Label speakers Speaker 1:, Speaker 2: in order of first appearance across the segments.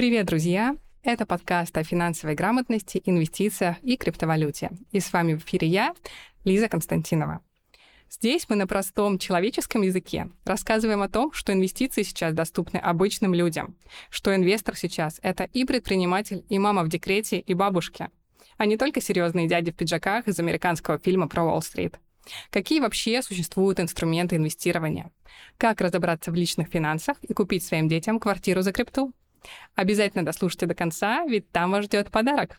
Speaker 1: Привет, друзья! Это подкаст о финансовой грамотности, инвестициях и криптовалюте. И с вами в эфире я, Лиза Константинова. Здесь мы на простом человеческом языке рассказываем о том, что инвестиции сейчас доступны обычным людям, что инвестор сейчас — это и предприниматель, и мама в декрете, и бабушки, а не только серьезные дяди в пиджаках из американского фильма про Уолл-стрит. Какие вообще существуют инструменты инвестирования? Как разобраться в личных финансах и купить своим детям квартиру за крипту? Обязательно дослушайте до конца, ведь там вас ждет подарок.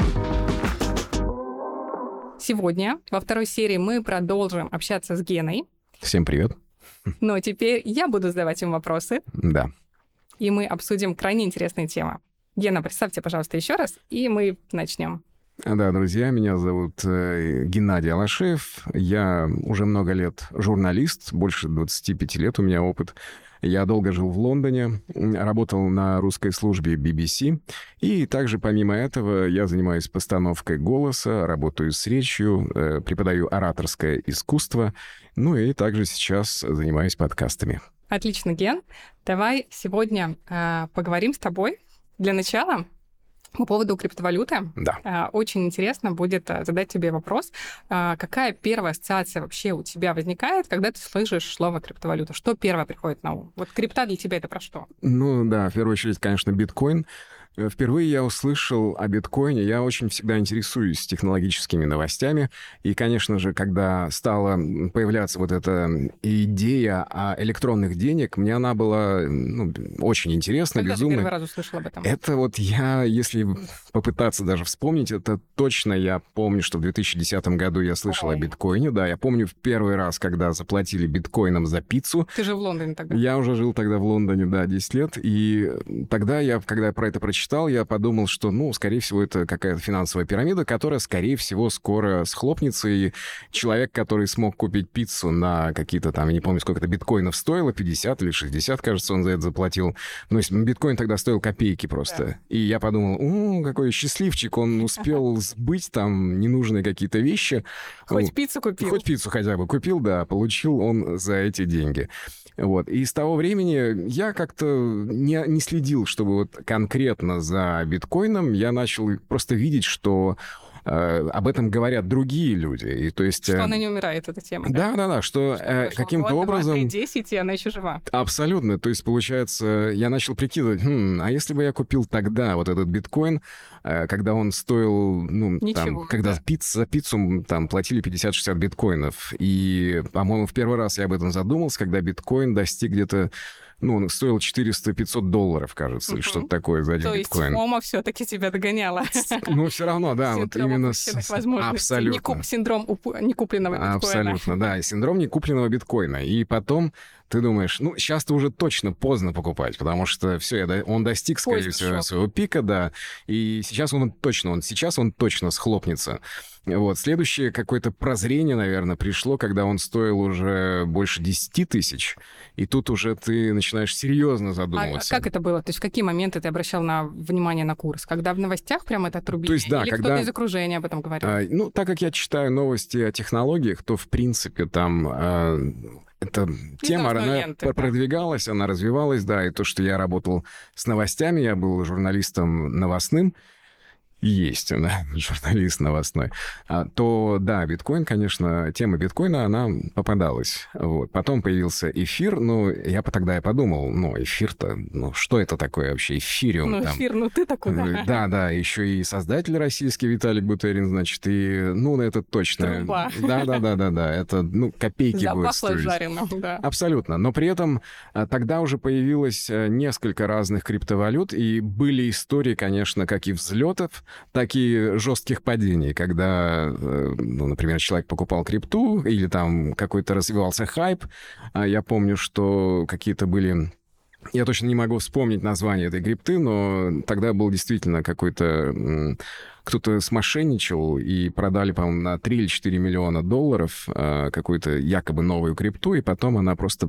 Speaker 1: Сегодня, во второй серии, мы продолжим общаться с Геной.
Speaker 2: Всем привет.
Speaker 1: Но теперь я буду задавать им вопросы.
Speaker 2: Да.
Speaker 1: И мы обсудим крайне интересные темы. Гена, представьте, пожалуйста, еще раз, и мы начнем.
Speaker 2: Да, друзья, меня зовут Геннадий Алашеев. Я уже много лет журналист, больше 25 лет у меня опыт. Я долго жил в Лондоне, работал на русской службе BBC. И также, помимо этого, я занимаюсь постановкой голоса, работаю с речью, преподаю ораторское искусство. Ну и также сейчас занимаюсь подкастами.
Speaker 1: Отлично, Ген. Давай сегодня поговорим с тобой. Для начала по поводу криптовалюты.
Speaker 2: Да.
Speaker 1: Очень интересно будет задать тебе вопрос. Какая первая ассоциация вообще у тебя возникает, когда ты слышишь слово криптовалюта? Что первое приходит на ум? Вот крипта для тебя — это про что?
Speaker 2: Ну да, в первую очередь, конечно, биткоин. Впервые я услышал о биткоине. Я очень всегда интересуюсь технологическими новостями. И, конечно же, когда стала появляться вот эта идея о электронных денег, мне она была очень интересна,
Speaker 1: когда
Speaker 2: безумно.
Speaker 1: Ты первый раз услышал об этом?
Speaker 2: Это вот я, если попытаться даже вспомнить, это точно я помню, что в 2010 году я слышал о биткоине. Да, я помню в первый раз, когда заплатили биткоином за пиццу.
Speaker 1: Ты же в Лондоне тогда.
Speaker 2: Я уже жил тогда в Лондоне, да, 10 лет. И тогда когда я про это прочитал, я подумал, что, скорее всего, это какая-то финансовая пирамида, которая, скорее всего, скоро схлопнется, и человек, который смог купить пиццу на какие-то там, я не помню, сколько это биткоинов стоило, 50 или 60, кажется, он за это заплатил. Но биткоин тогда стоил копейки просто. Да. И я подумал, какой счастливчик, он успел сбыть там ненужные какие-то вещи.
Speaker 1: Хоть пиццу купил.
Speaker 2: Хоть пиццу хотя бы купил, да, получил он за эти деньги. Вот. И с того времени я как-то не следил, чтобы вот конкретно за биткоином. Я начал просто видеть, что об этом говорят другие люди. И, то есть,
Speaker 1: что она не умирает, эта тема.
Speaker 2: Да, что каким-то образом...
Speaker 1: 10, и она еще жива.
Speaker 2: Абсолютно. То есть, получается, я начал прикидывать, а если бы я купил тогда вот этот биткоин, когда он стоил, когда за пиццу там платили 50-60 биткоинов. И, по-моему, в первый раз я об этом задумался, когда биткоин достиг где-то, он стоил $400-500, кажется, или что-то такое за один биткоин.
Speaker 1: То есть ФОМа все-таки тебя догоняла.
Speaker 2: Все равно, да, вот именно
Speaker 1: абсолютно. Синдром некупленного биткоина.
Speaker 2: Абсолютно, да, синдром некупленного биткоина. И потом ты думаешь, сейчас-то уже точно поздно покупать, потому что все, он достиг, скорее всего, своего пика, да, и сейчас он точно схлопнется. Вот. Следующее какое-то прозрение, наверное, пришло, когда он стоил уже больше 10 тысяч, и тут уже ты начинаешь серьезно задумываться.
Speaker 1: А как это было? То есть в какие моменты ты обращал внимание на курс? Когда в новостях прямо это отрубили?
Speaker 2: То есть, да,
Speaker 1: или кто-то из окружения об этом говорил?
Speaker 2: Так как я читаю новости о технологиях, то, в принципе, там... Эта тема, она продвигалась, она развивалась, да, и то, что я работал с новостями, я был журналистом новостным, журналист новостной, то, да, биткоин, конечно, тема биткоина, она попадалась. Вот. Потом появился эфир, я тогда подумал, эфир-то, что это такое вообще, эфириум?
Speaker 1: Эфир, ты такой, да.
Speaker 2: Да, еще и создатель российский Виталик Бутерин, значит, и, это точно...
Speaker 1: Труба.
Speaker 2: Да, это, копейки будет
Speaker 1: Запахло
Speaker 2: стоить.
Speaker 1: жареным, да.
Speaker 2: Абсолютно, но при этом тогда уже появилось несколько разных криптовалют, и были истории, конечно, как и взлетов, так и жестких падений, когда, например, человек покупал крипту или там какой-то развивался хайп. Я помню, что какие-то были... Я точно не могу вспомнить название этой крипты, но тогда был действительно какой-то... Кто-то смошенничал и продали, по-моему, на $3 или $4 миллиона какую-то якобы новую крипту, и потом она просто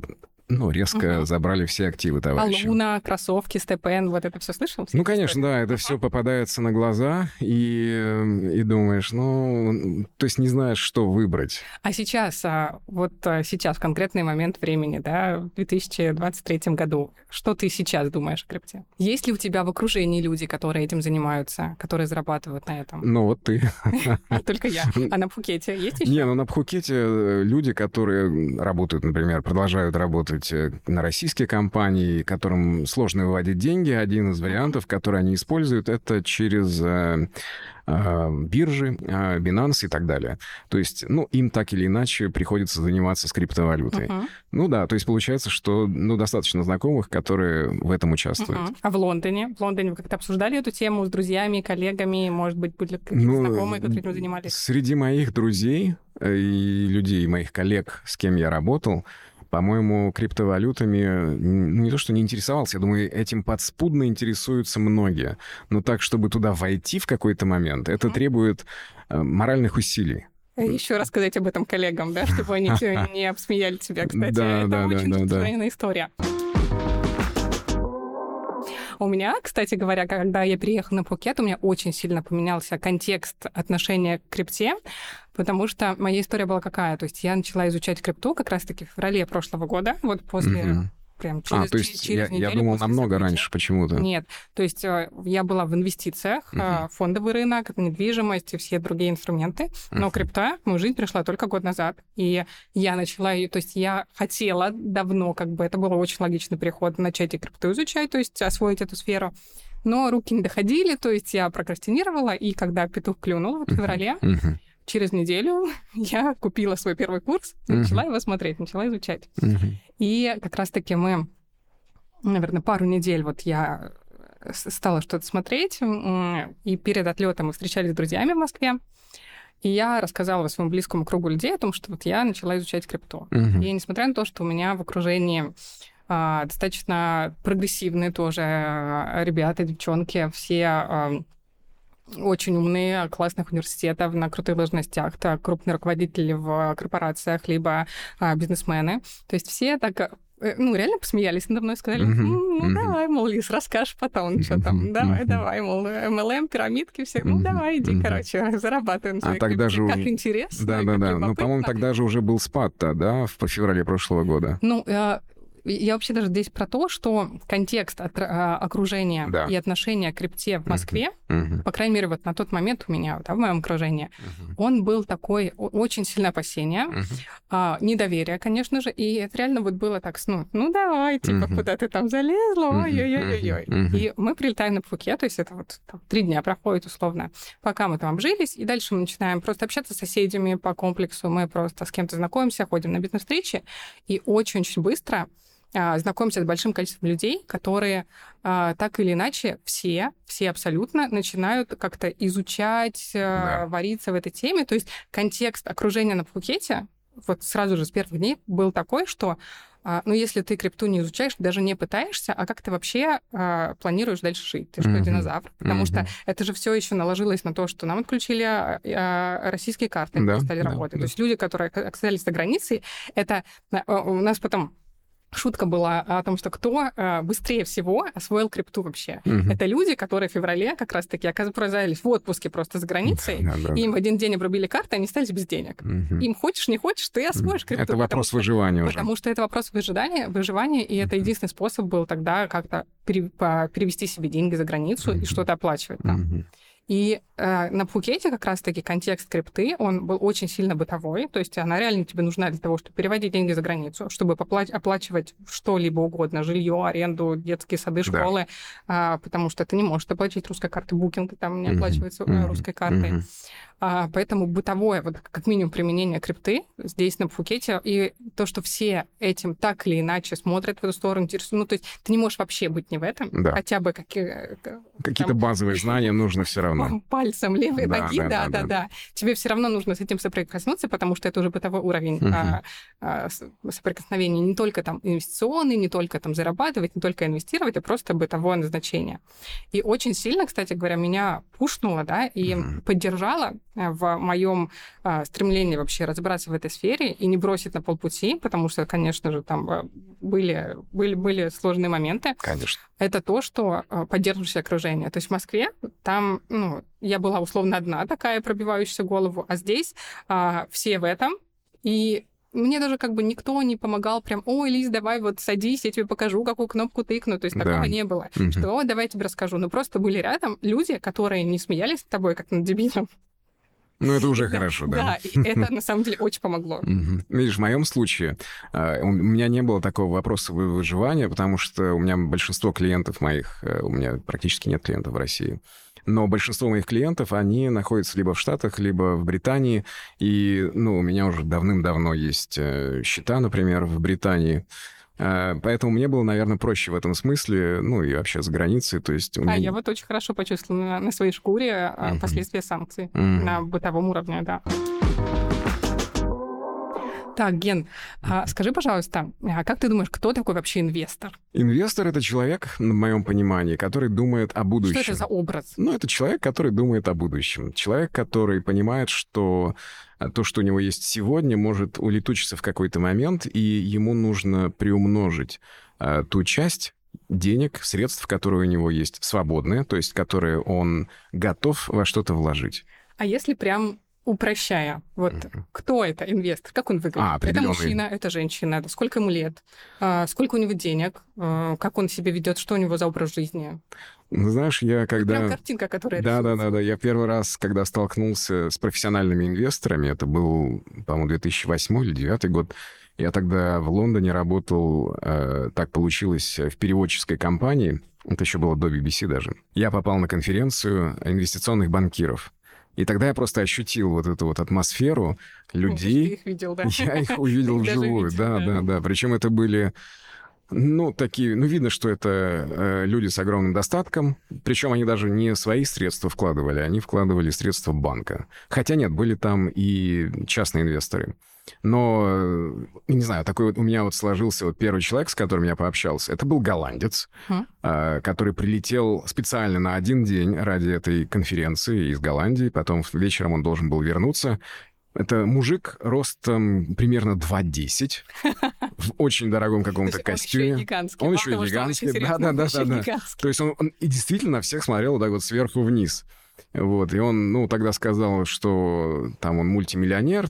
Speaker 2: резко забрали все активы товарища.
Speaker 1: Луна, кроссовки, Степен, вот это все слышал?
Speaker 2: Ну, конечно, да, это все попадается на глаза, и думаешь, то есть не знаешь, что выбрать.
Speaker 1: А сейчас, сейчас, в конкретный момент времени, да, в 2023 году, что ты сейчас думаешь о крипте? Есть ли у тебя в окружении люди, которые этим занимаются, которые зарабатывают на этом?
Speaker 2: Вот ты.
Speaker 1: Только я. А на Пхукете есть еще?
Speaker 2: Не, на Пхукете люди, которые работают, например, продолжают работать на российские компании, которым сложно выводить деньги, один из вариантов, который они используют, это через биржи, Binance и так далее. То есть, им так или иначе приходится заниматься с криптовалютой. То есть получается, что, достаточно знакомых, которые в этом участвуют.
Speaker 1: А в Лондоне? В Лондоне вы как-то обсуждали эту тему с друзьями, коллегами? Может быть, были какие-то знакомые, которые этим занимались?
Speaker 2: Среди моих друзей и людей, моих коллег, с кем я работал, по-моему, криптовалютами не то, что не интересовался, я думаю, этим подспудно интересуются многие. Но так, чтобы туда войти в какой-то момент, это требует моральных усилий.
Speaker 1: Еще рассказать об этом коллегам, да, чтобы они не обсмеяли тебя, кстати. Это очень распространенная история. У меня, кстати говоря, когда я переехала на Пхукет, у меня очень сильно поменялся контекст отношения к крипте, потому что моя история была какая? То есть я начала изучать крипту как раз-таки в феврале прошлого года, вот после... Прям через,
Speaker 2: то есть
Speaker 1: через
Speaker 2: я думал намного раньше почему-то.
Speaker 1: Нет, то есть я была в инвестициях, фондовый рынок, недвижимость и все другие инструменты, но крипта в мою жизнь пришла только год назад, и я начала ее, то есть я хотела давно, это был очень логичный переход, начать и крипту изучать, то есть освоить эту сферу, но руки не доходили, то есть я прокрастинировала, и когда петух клюнул в феврале, через неделю я купила свой первый курс, начала его смотреть, начала изучать. И как раз-таки мы, наверное, пару недель я стала что-то смотреть, и перед отлетом мы встречались с друзьями в Москве, и я рассказала своему близкому кругу людей о том, что я начала изучать крипту. И несмотря на то, что у меня в окружении достаточно прогрессивные тоже ребята, девчонки, все... очень умные, классных университетов, на крутых должностях, крупные руководители в корпорациях, либо бизнесмены. То есть все так, реально посмеялись надо мной, сказали, давай, мол, Лиз, расскажешь потом, что там, давай, мол, MLM, пирамидки, все, давай, иди, зарабатывай на своей
Speaker 2: тогда же
Speaker 1: как
Speaker 2: уже...
Speaker 1: интересно,
Speaker 2: Да. По-моему, тогда же уже был спад-то, да, в феврале прошлого года.
Speaker 1: Я вообще даже здесь про то, что контекст окружения и отношения к крипте в Москве, по крайней мере, на тот момент у меня, в моем окружении, он был такой, очень сильное опасение, недоверие, конечно же, и это реально было так, давай, куда ты там залезла, ой-ой-ой-ой. И мы прилетаем на Пхукет, то есть это 3 дня проходит условно, пока мы там обжились, и дальше мы начинаем просто общаться с соседями по комплексу, мы просто с кем-то знакомимся, ходим на бизнес-встречи, и очень-очень быстро знакомимся с большим количеством людей, которые так или иначе все абсолютно начинают как-то изучать, вариться в этой теме. То есть контекст окружения на Пхукете сразу же с первых дней был такой, что если ты крипту не изучаешь, даже не пытаешься, а как ты вообще планируешь дальше жить? Ты что, динозавр? Потому что это же все еще наложилось на то, что нам отключили российские карты, стали работать. То есть люди, которые оказались за границей, это у нас потом... Шутка была о том, что кто быстрее всего освоил крипту вообще. Это люди, которые в феврале как раз-таки оказались в отпуске просто за границей, им в один день обрубили карты, они остались без денег. Им хочешь, не хочешь, ты освоишь крипту.
Speaker 2: Это вопрос выживания уже.
Speaker 1: Потому что это вопрос выживания, и это единственный способ был тогда как-то перевести себе деньги за границу и что-то оплачивать там. И на Пхукете как раз-таки контекст крипты, он был очень сильно бытовой, то есть она реально тебе нужна для того, чтобы переводить деньги за границу, чтобы оплачивать что-либо угодно, жилье, аренду, детские сады, школы, потому что ты не можешь оплатить русской картой, букинг там не оплачивается русской картой. Поэтому бытовое, как минимум, применение крипты здесь, на Пхукете, и то, что все этим так или иначе смотрят в эту сторону, интересуют, то есть ты не можешь вообще быть не в этом, хотя бы
Speaker 2: какие-то базовые знания нужно все равно.
Speaker 1: Пальцем левой ноги, да. Тебе все равно нужно с этим соприкоснуться, потому что это уже бытовой уровень соприкосновения. Не только там инвестиционный, не только там зарабатывать, не только инвестировать, а просто бытовое назначение. И очень сильно, кстати говоря, меня пушнуло, и поддержало в моем стремлении вообще разобраться в этой сфере и не бросить на полпути, потому что, конечно же, там были сложные моменты.
Speaker 2: Конечно.
Speaker 1: Это то, что поддерживающее окружение. То есть в Москве там, я была условно одна такая, пробивающая голову, а здесь все в этом, и мне даже никто не помогал прям, ой, Лиз, давай вот садись, я тебе покажу, какую кнопку тыкну. То есть такого не было. Что, давай я тебе расскажу. Но просто были рядом люди, которые не смеялись над тобой, как над дебилом.
Speaker 2: Ну, это уже хорошо, да.
Speaker 1: Да, и это на самом деле очень помогло.
Speaker 2: Видишь, в моем случае у меня не было такого вопроса выживания, потому что у меня большинство клиентов моих, у меня практически нет клиентов в России. Но большинство моих клиентов, они находятся либо в Штатах, либо в Британии. И, у меня уже давным-давно есть счета, например, в Британии. Поэтому мне было, наверное, проще в этом смысле, и вообще за границей. То есть
Speaker 1: я вот очень хорошо почувствовала на своей шкуре последствия санкций на бытовом уровне, да. Так, Ген, скажи, пожалуйста, как ты думаешь, кто такой вообще инвестор?
Speaker 2: Инвестор — это человек, в моем понимании, который думает о будущем.
Speaker 1: Что это за образ?
Speaker 2: Это человек, который думает о будущем. Человек, который понимает, что то, что у него есть сегодня, может улетучиться в какой-то момент, и ему нужно приумножить ту часть денег, средств, которые у него есть свободные, то есть которые он готов во что-то вложить.
Speaker 1: А если прям упрощая, кто это инвестор, как он выглядит? Это мужчина, это женщина, сколько ему лет, сколько у него денег, как он себя ведет, что у него за образ жизни?
Speaker 2: Знаешь, я когда...
Speaker 1: Прям картинка, которая
Speaker 2: рисуется. Да. Я первый раз, когда столкнулся с профессиональными инвесторами, это был, по-моему, 2008 или 2009 год, я тогда в Лондоне работал, так получилось, в переводческой компании, это еще было до BBC даже. Я попал на конференцию инвестиционных банкиров. И тогда я просто ощутил эту атмосферу людей.
Speaker 1: Ты их видел, да?
Speaker 2: Я их увидел вживую, да. Причем это были, такие, видно, что это люди с огромным достатком. Причем они даже не свои средства вкладывали, они вкладывали средства банка. Хотя нет, были там и частные инвесторы. Но, не знаю, такой у меня сложился первый человек, с которым я пообщался. Это был голландец, который прилетел специально на один день ради этой конференции из Голландии. Потом вечером он должен был вернуться. Это мужик ростом примерно 2,10 в очень дорогом каком-то костюме.
Speaker 1: Он
Speaker 2: еще и гигантский. Да. То есть он и действительно на всех смотрел сверху вниз. И он, тогда сказал, что там он мультимиллионер,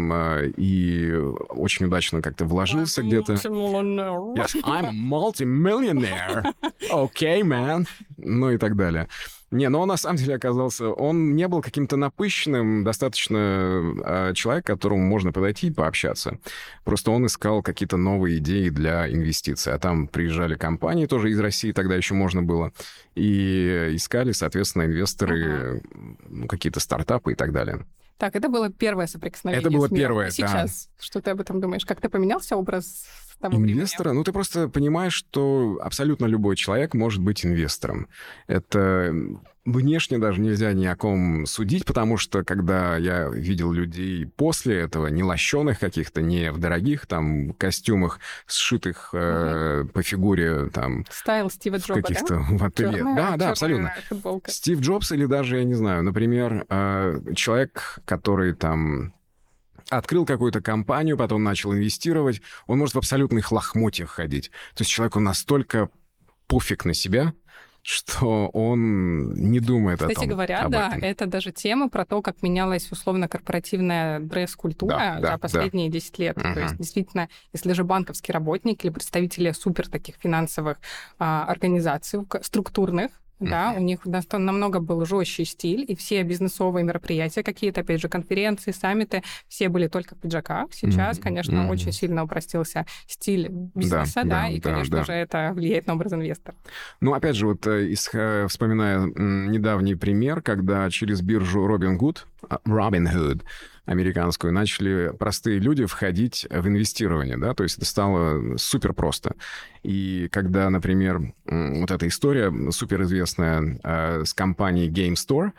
Speaker 2: и очень удачно как-то вложился где-то. Yes, I'm a multimillionaire. Okay, man. И так далее. Но он на самом деле оказался... Он не был каким-то напыщенным, достаточно человек, к которому можно подойти и пообщаться. Просто он искал какие-то новые идеи для инвестиций. А там приезжали компании тоже из России, тогда еще можно было, и искали, соответственно, инвесторы, какие-то стартапы и так далее.
Speaker 1: Так, это было первое соприкосновение
Speaker 2: с миром.
Speaker 1: Первое, сейчас, что ты об этом думаешь? Как-то поменялся образ того
Speaker 2: инвестора?
Speaker 1: времени?
Speaker 2: Ты просто понимаешь, что абсолютно любой человек может быть инвестором. Это внешне даже нельзя ни о ком судить, потому что, когда я видел людей после этого, не лощеных каких-то, не в дорогих костюмах, сшитых по фигуре
Speaker 1: Стайл Стива Джобса,
Speaker 2: каких-то в ателье. Да, абсолютно.
Speaker 1: Футболка.
Speaker 2: Стив Джобс или даже, я не знаю, например, человек, который открыл какую-то компанию, потом начал инвестировать, он может в абсолютных лохмотьях ходить. То есть человеку настолько пофиг на себя, что он не думает о том.
Speaker 1: Кстати говоря, это даже тема про то, как менялась условно-корпоративная дресс-культура за последние 10 лет. То есть, действительно, если же банковский работник или представители супер таких финансовых организаций, структурных, у них намного был жестче стиль, и все бизнесовые мероприятия какие-то, опять же, конференции, саммиты, все были только в пиджаках. Сейчас, конечно, очень сильно упростился стиль бизнеса, и, конечно же, это влияет на образ инвестора.
Speaker 2: Опять же, вспоминая недавний пример, когда через биржу Robinhood американскую, начали простые люди входить в инвестирование, то есть это стало супер просто. И когда, например, эта история суперизвестная с компанией GameStop,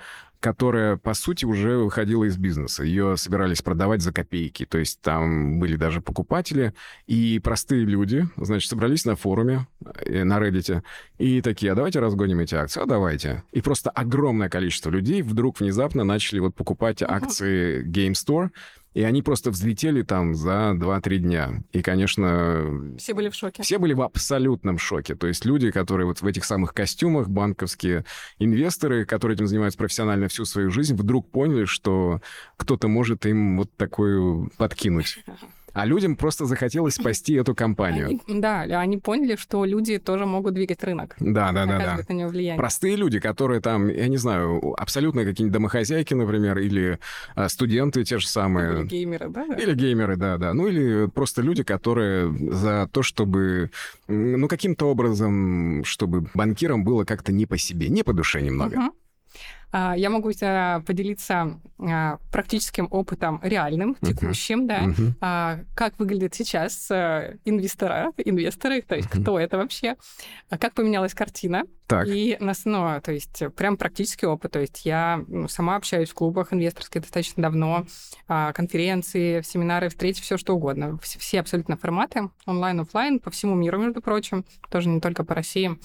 Speaker 2: которая, по сути, уже выходила из бизнеса. Ее собирались продавать за копейки. То есть там были даже покупатели, и простые люди, значит, собрались на форуме, на Reddit, и такие: а давайте разгоним эти акции, а давайте. И просто огромное количество людей вдруг внезапно начали вот покупать акции GameStore, и они просто взлетели там за 2-3 дня. И, конечно...
Speaker 1: Все были в шоке.
Speaker 2: Все были в абсолютном шоке. То есть люди, которые вот в этих самых костюмах, банковские инвесторы, которые этим занимаются профессионально всю свою жизнь, вдруг поняли, что кто-то может им вот такую подкинуть. А людям просто захотелось спасти эту компанию.
Speaker 1: Они поняли, что люди тоже могут двигать рынок.
Speaker 2: Да.
Speaker 1: Оказывать на него влияние.
Speaker 2: Простые люди, которые там, я не знаю, абсолютно какие-нибудь домохозяйки, например, или студенты те же самые.
Speaker 1: Или геймеры, да?
Speaker 2: Или геймеры, да. Ну, или просто люди, которые за то, чтобы, ну, каким-то образом, чтобы банкирам было как-то не по себе, не по душе немного.
Speaker 1: Я могу поделиться практическим опытом реальным, текущим, как выглядят сейчас инвесторы, то есть кто это вообще, как поменялась картина.
Speaker 2: Так.
Speaker 1: И то есть прям практический опыт. То есть я сама общаюсь в клубах инвесторских достаточно давно, конференции, семинары, встречи, все что угодно. Все абсолютно форматы, онлайн, офлайн, по всему миру, между прочим, тоже не только по России.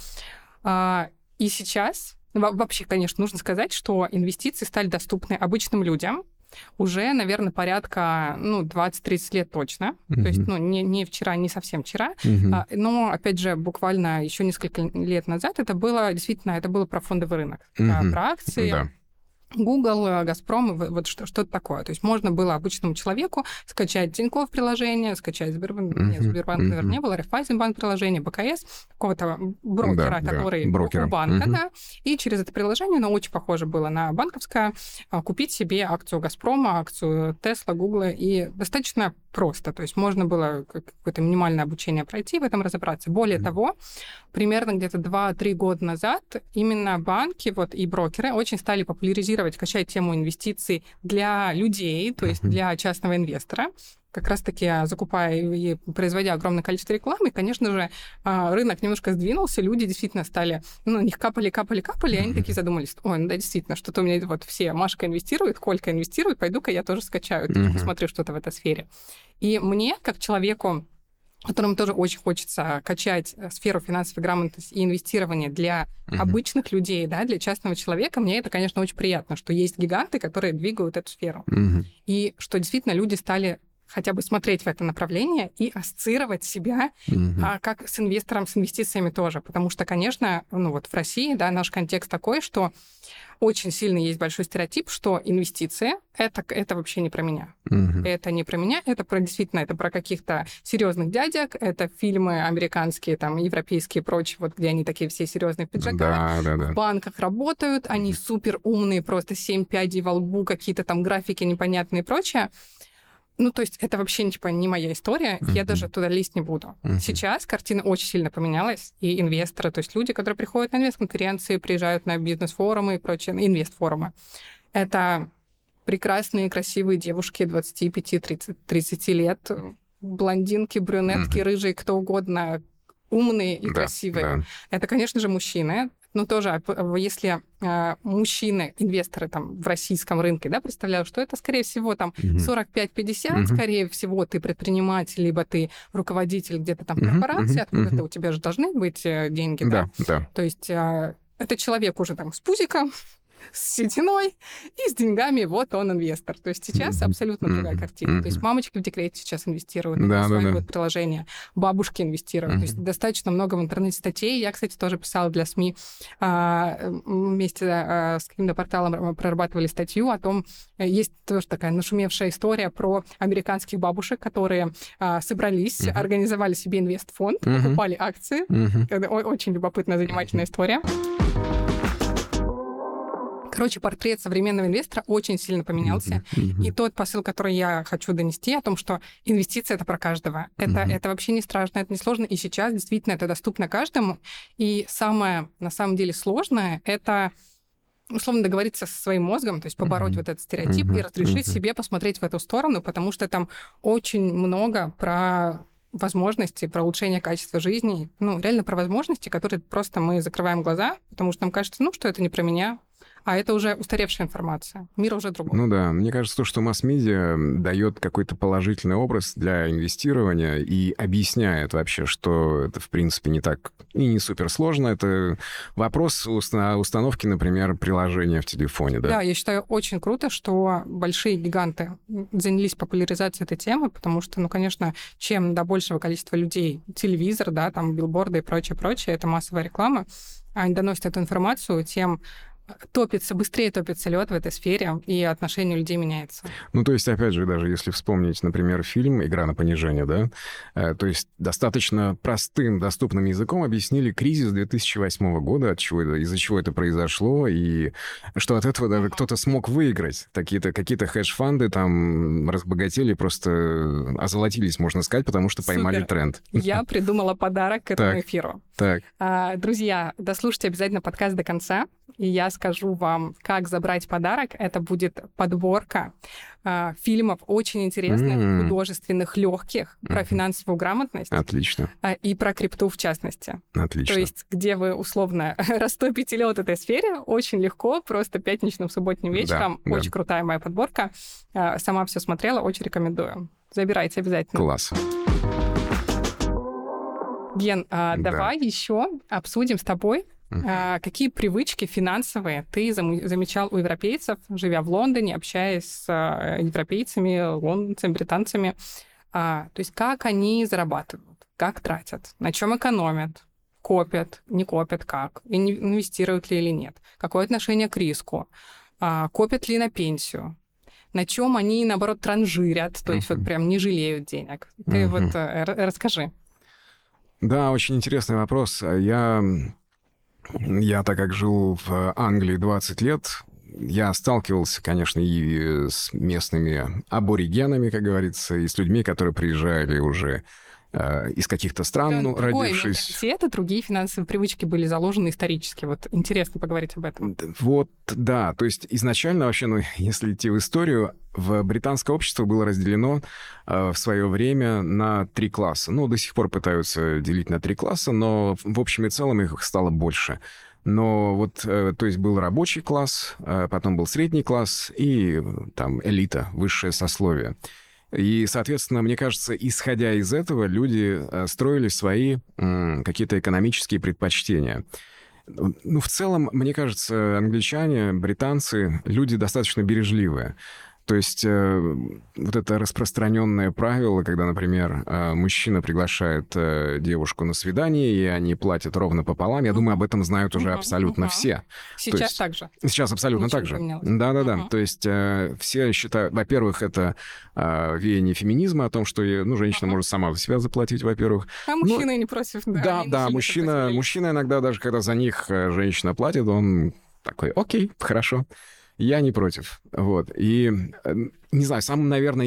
Speaker 1: И сейчас... Вообще, конечно, нужно сказать, что инвестиции стали доступны обычным людям уже, наверное, порядка 20-30 лет точно. То есть не вчера, не совсем вчера. Но, опять же, буквально еще несколько лет назад это было про фондовый рынок, про акции.
Speaker 2: Да.
Speaker 1: Google, Газпром, вот что-то такое. То есть можно было обычному человеку скачать Тинькофф приложение, скачать Сбербанк, наверное, не было, Райффайзенбанк приложение, БКС, какого-то брокера, который у банка, да, и через это приложение, оно очень похоже было на банковское, купить себе акцию Газпрома, акцию Тесла, Гугла, и достаточно просто. То есть можно было какое-то минимальное обучение пройти, в этом разобраться. Более того, примерно где-то 2-3 года назад именно банки и брокеры очень стали популяризировать, качать тему инвестиций для людей, то есть для частного инвестора, как раз-таки закупая и производя огромное количество рекламы. И, конечно же, рынок немножко сдвинулся, люди действительно стали, на них капали, и они такие задумались: ой, да, действительно, что-то у меня все, Машка инвестирует, Колька инвестирует, пойду-ка я тоже скачаю, посмотрю что-то в этой сфере. И мне, как человеку, которому тоже очень хочется качать сферу финансовой грамотности и инвестирования для обычных людей, да, для частного человека, мне это, конечно, очень приятно, что есть гиганты, которые двигают эту сферу. И что действительно люди стали хотя бы смотреть в это направление и ассоциировать себя как с инвестором, с инвестициями тоже. Потому что, конечно, в России, да, наш контекст такой, что очень сильно есть большой стереотип, что инвестиции это вообще не про меня. Это не про меня, это действительно про каких-то серьезных дядек, это фильмы американские, там, европейские и прочие, где они такие все серьезные в пиджаках, в банках работают, они супер умные, просто 7 пядей во лбу, какие-то там графики непонятные и прочее. То есть это вообще не моя история, я даже туда лезть не буду. Сейчас картина очень сильно поменялась, и инвесторы, то есть люди, которые приходят на инвест-конференции, приезжают на бизнес-форумы и прочие, инвест-форумы, это прекрасные, красивые девушки 25-30 лет, блондинки, брюнетки, рыжие, кто угодно, умные и красивые. Да. Это, конечно же, мужчины. Тоже, если мужчины, инвесторы там в российском рынке, да, представляют, что это, скорее всего, там 45-50, скорее всего, ты предприниматель, либо ты руководитель где-то там корпорации, откуда-то у тебя же должны быть деньги, да? То есть это человек уже там с пузиком, с сединой и с деньгами, он инвестор. То есть сейчас абсолютно другая картина. То есть мамочки в декрете сейчас инвестируют, осваивают приложения, бабушки инвестируют. То есть достаточно много в интернете статей. Я, кстати, тоже писала для СМИ, вместе с каким-то порталом прорабатывали статью о том, есть тоже такая нашумевшая история про американских бабушек, которые собрались, организовали себе инвестфонд, покупали акции. Очень любопытная, занимательная история. Короче, портрет современного инвестора очень сильно поменялся. И тот посыл, который я хочу донести, о том, что инвестиции — это про каждого. Это вообще не страшно, это не сложно. И сейчас действительно это доступно каждому. И самое, на самом деле, сложное — это условно договориться со своим мозгом, то есть побороть этот стереотип и разрешить себе посмотреть в эту сторону, потому что там очень много про возможности, про улучшение качества жизни, реально про возможности, которые просто мы закрываем глаза, потому что нам кажется, что это не про меня. А это уже устаревшая информация. Мир уже другой.
Speaker 2: Ну да, мне кажется, то, что масс-медиа дает какой-то положительный образ для инвестирования и объясняет вообще, что это, в принципе, не так и не суперсложно. Это вопрос установки, например, приложения в телефоне, да?
Speaker 1: Да, я считаю очень круто, что большие гиганты занялись популяризацией этой темы, потому что, ну, конечно, чем до большего количества людей телевизор, да, там билборды и прочее, это массовая реклама, они доносят эту информацию, тем быстрее топится лед в этой сфере, и отношение людей меняется.
Speaker 2: Ну, то есть, опять же, даже если вспомнить, например, фильм «Игра на понижение», да, то есть достаточно простым, доступным языком объяснили кризис 2008 года, из-за чего это произошло, и что от этого даже кто-то смог выиграть. Какие-то хедж-фанды там разбогатели, просто озолотились, можно сказать, потому что поймали тренд.
Speaker 1: Я придумала подарок к этому эфиру.
Speaker 2: Так.
Speaker 1: Друзья, дослушайте обязательно подкаст до конца, и я скажу вам, как забрать подарок. Это будет подборка фильмов очень интересных, художественных, легких, про финансовую грамотность.
Speaker 2: Отлично.
Speaker 1: И про крипту в частности.
Speaker 2: Отлично.
Speaker 1: То есть, где вы условно растопите лед этой сфере, очень легко, просто пятничным, субботним вечером. Да, очень крутая моя подборка. Сама все смотрела, очень рекомендую. Забирайте обязательно.
Speaker 2: Класс.
Speaker 1: Ген, давай еще обсудим с тобой, какие привычки финансовые ты замечал у европейцев, живя в Лондоне, общаясь с европейцами, лондонцами, британцами. То есть как они зарабатывают, как тратят, на чем экономят, копят, не копят, как, инвестируют ли или нет, какое отношение к риску, копят ли на пенсию, на чем они, наоборот, транжирят, то есть вот прям не жалеют денег. Ты вот расскажи.
Speaker 2: Да, очень интересный вопрос. Я так как жил в Англии 20 лет, я сталкивался, конечно, и с местными аборигенами, как говорится, и с людьми, которые приезжали уже из каких-то стран, родившись...
Speaker 1: Это другие финансовые привычки были заложены исторически. Вот интересно поговорить об этом.
Speaker 2: Вот, да. То есть изначально вообще, если идти в историю, британское общество было разделено в свое время на 3 класса. До сих пор пытаются делить на 3 класса, но в общем и целом их стало больше. Но то есть был рабочий класс, потом был средний класс и там элита, высшее сословие. И, соответственно, мне кажется, исходя из этого, люди строили свои какие-то экономические предпочтения. В целом, мне кажется, англичане, британцы, люди достаточно бережливые. То есть вот это распространенное правило, когда, например, мужчина приглашает девушку на свидание, и они платят ровно пополам, я думаю, об этом знают уже абсолютно все.
Speaker 1: Сейчас так же.
Speaker 2: Сейчас абсолютно
Speaker 1: Ничего
Speaker 2: так же.
Speaker 1: не поменялось.
Speaker 2: Да-да-да. То есть все считают, во-первых, это веяние феминизма о том, что женщина может сама за себя заплатить, во-первых.
Speaker 1: А мужчина не против.
Speaker 2: Да, мужчина иногда, даже когда за них женщина платит, он такой: окей, хорошо. Я не против. И, не знаю, самое, наверное,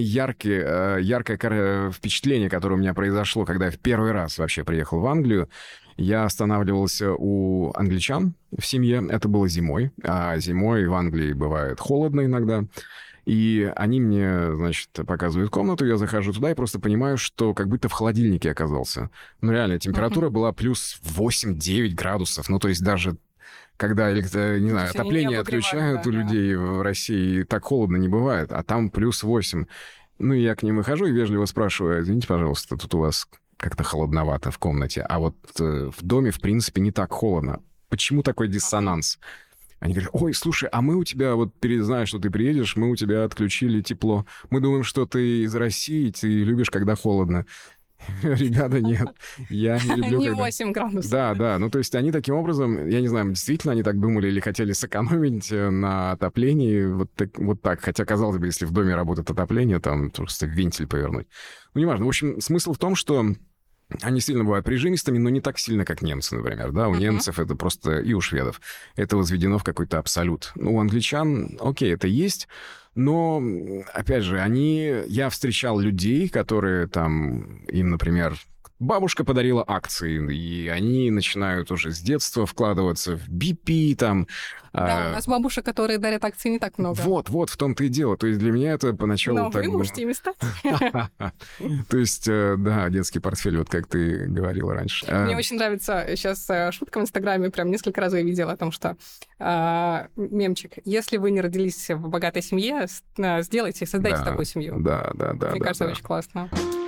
Speaker 2: яркое впечатление, которое у меня произошло, когда я в первый раз вообще приехал в Англию, я останавливался у англичан в семье. Это было зимой. А зимой в Англии бывает холодно иногда. И они мне, значит, показывают комнату, я захожу туда и просто понимаю, что как будто в холодильнике оказался. Реально, температура была плюс 8-9 градусов. То есть даже... Когда, отопление отключают у людей в России, так холодно не бывает, а там плюс 8. Я к ним выхожу и вежливо спрашиваю: извините, пожалуйста, тут у вас как-то холодновато в комнате, а в доме, в принципе, не так холодно. Почему такой диссонанс? Они говорят: ой, слушай, а мы у тебя, знаешь, что ты приедешь, мы у тебя отключили тепло. Мы думаем, что ты из России, ты любишь, когда холодно. Ребята, нет, я не люблю...
Speaker 1: Не 8 градусов.
Speaker 2: Да. То есть они таким образом, я не знаю, действительно они так думали или хотели сэкономить на отоплении, вот так. Хотя, казалось бы, если в доме работает отопление, там просто вентиль повернуть. Неважно. В общем, смысл в том, что они сильно бывают прижимистыми, но не так сильно, как немцы, например. Да? У немцев это просто, и у шведов, это возведено в какой-то абсолют. У англичан, окей, это есть, но, опять же, я встречал людей, которые там, им, например, бабушка подарила акции, и они начинают уже с детства вкладываться в BP, там...
Speaker 1: Да, у нас бабушек, которые дарят акции, не так много.
Speaker 2: Вот, в том-то и дело. То есть для меня это поначалу...
Speaker 1: Но вы можете ими стать.
Speaker 2: То есть, да, детский портфель, вот как ты говорила раньше.
Speaker 1: Мне очень нравится сейчас шутка в Инстаграме, прям несколько раз я видела о том, что мемчик, если вы не родились в богатой семье, сделайте, создайте такую семью.
Speaker 2: Да.
Speaker 1: Мне кажется, очень классно.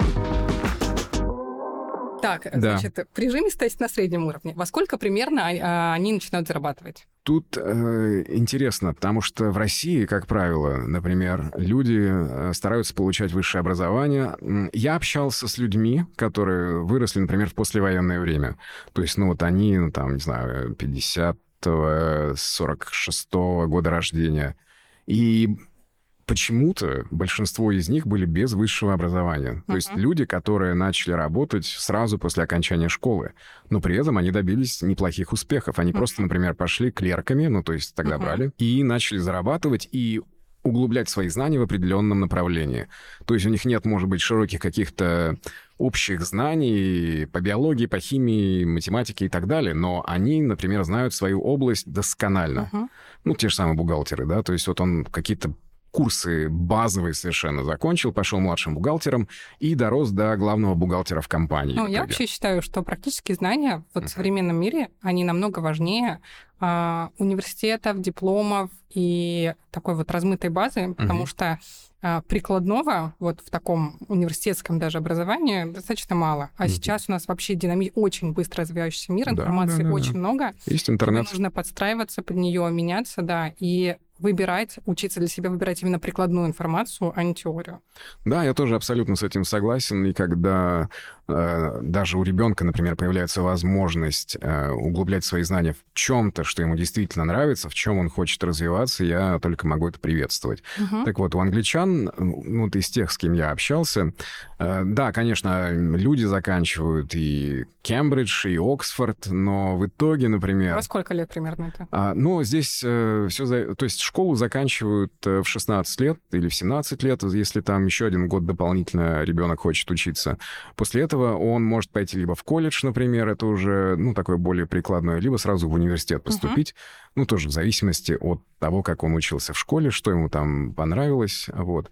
Speaker 1: Так, значит, прижимистость на среднем уровне. Во сколько примерно они начинают зарабатывать?
Speaker 2: Тут интересно, потому что в России, как правило, например, люди стараются получать высшее образование. Я общался с людьми, которые выросли, например, в послевоенное время. То есть, ну вот они, ну, там, не знаю, 50-го, 46-го года рождения. И почему-то большинство из них были без высшего образования. То есть люди, которые начали работать сразу после окончания школы, но при этом они добились неплохих успехов. Они просто, например, пошли клерками, ну, то есть тогда брали, и начали зарабатывать и углублять свои знания в определенном направлении. То есть у них нет, может быть, широких каких-то общих знаний по биологии, по химии, математике и так далее, но они, например, знают свою область досконально. Ну, те же самые бухгалтеры, да, то есть вот он какие-то курсы базовые совершенно закончил, пошел младшим бухгалтером и дорос до главного бухгалтера в компании.
Speaker 1: Ну, я вообще считаю, что практические знания вот в современном мире, они намного важнее университетов, дипломов и такой вот размытой базы, потому что прикладного вот в таком университетском даже образовании достаточно мало. А сейчас у нас вообще очень быстро развивающийся мир, информации очень много.
Speaker 2: Есть интернет.
Speaker 1: Нужно подстраиваться под нее, меняться, да, и выбирать, учиться для себя выбирать именно прикладную информацию, а не теорию.
Speaker 2: Да, я тоже абсолютно с этим согласен. И когда даже у ребенка, например, появляется возможность углублять свои знания в чем-то, что ему действительно нравится, в чем он хочет развиваться, я только могу это приветствовать. Так вот, у англичан, ну, из тех, с кем я общался, да, конечно, люди заканчивают и Кембридж, и Оксфорд, но в итоге, например...
Speaker 1: Во сколько лет примерно это?
Speaker 2: Ну, здесь все... То есть школу заканчивают в 16 лет или в 17 лет, если там еще 1 год дополнительно ребенок хочет учиться. После этого он может пойти либо в колледж, например, это уже, ну, такое более прикладное, либо сразу в университет поступить, ну, тоже в зависимости от того, как он учился в школе, что ему там понравилось, вот.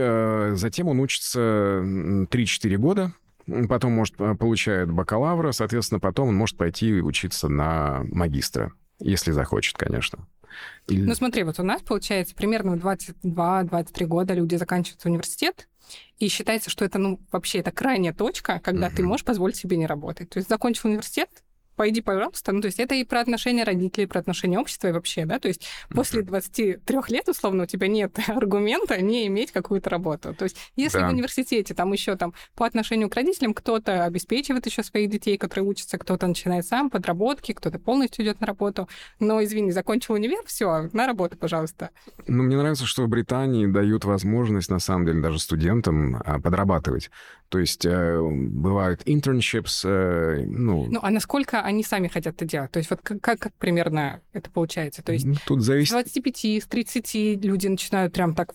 Speaker 2: И затем он учится 3-4 года, потом, может, получает бакалавра, соответственно, потом он может пойти учиться на магистра, если захочет, конечно.
Speaker 1: Ну, смотри, вот у нас, получается, примерно в 22-23 года люди заканчивают университет, и считается, что это, ну, вообще это крайняя точка, когда ты можешь позволить себе не работать. То есть закончил университет, пойди, пожалуйста. Ну, то есть это и про отношения родителей, про отношения общества и вообще, да, то есть после 23 лет, условно, у тебя нет аргумента не иметь какую-то работу. То есть если в университете там еще там по отношению к родителям кто-то обеспечивает еще своих детей, которые учатся, кто-то начинает сам подработки, кто-то полностью идет на работу, но, извини, закончил универ, все, на работу, пожалуйста.
Speaker 2: Ну, мне нравится, что в Британии дают возможность, на самом деле, даже студентам подрабатывать. То есть бывают internships, ну...
Speaker 1: Ну, а насколько они сами хотят это делать? То есть вот как примерно это получается? То есть
Speaker 2: тут зависит...
Speaker 1: с 25, с 30 люди начинают прям так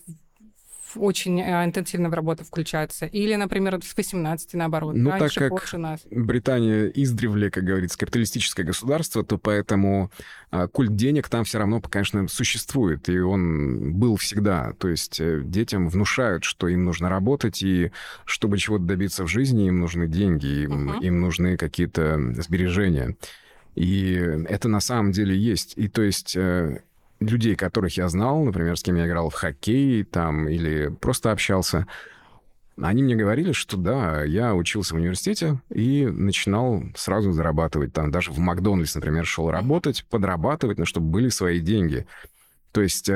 Speaker 1: очень интенсивно в работу включаться. Или, например, с 18, наоборот.
Speaker 2: Ну,
Speaker 1: раньше,
Speaker 2: так как
Speaker 1: позже нас.
Speaker 2: Британия издревле, как говорится, капиталистическое государство, то поэтому культ денег там все равно, конечно, существует. И он был всегда. То есть детям внушают, что им нужно работать, и чтобы чего-то добиться в жизни, им нужны деньги, им нужны какие-то сбережения. И это на самом деле есть. И то есть... людей, которых я знал, например, с кем я играл в хоккей там, или просто общался, они мне говорили, что да, я учился в университете и начинал сразу зарабатывать. Там даже в Макдональдс, например, шел работать, подрабатывать, но чтобы были свои деньги. То есть...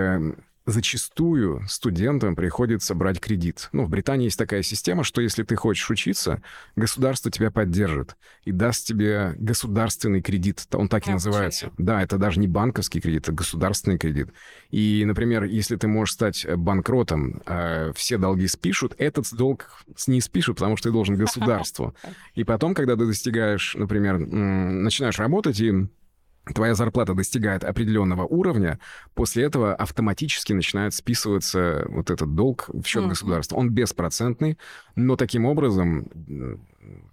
Speaker 2: зачастую студентам приходится брать кредит. Ну, в Британии есть такая система, что если ты хочешь учиться, государство тебя поддержит и даст тебе государственный кредит. Он так и называется. Да, это даже не банковский кредит, это государственный кредит. И, например, если ты можешь стать банкротом, все долги спишут, этот долг не спишут, потому что ты должен государству. И потом, когда ты достигаешь, например, начинаешь работать, и твоя зарплата достигает определенного уровня, после этого автоматически начинает списываться вот этот долг в счет государства. Он беспроцентный, но таким образом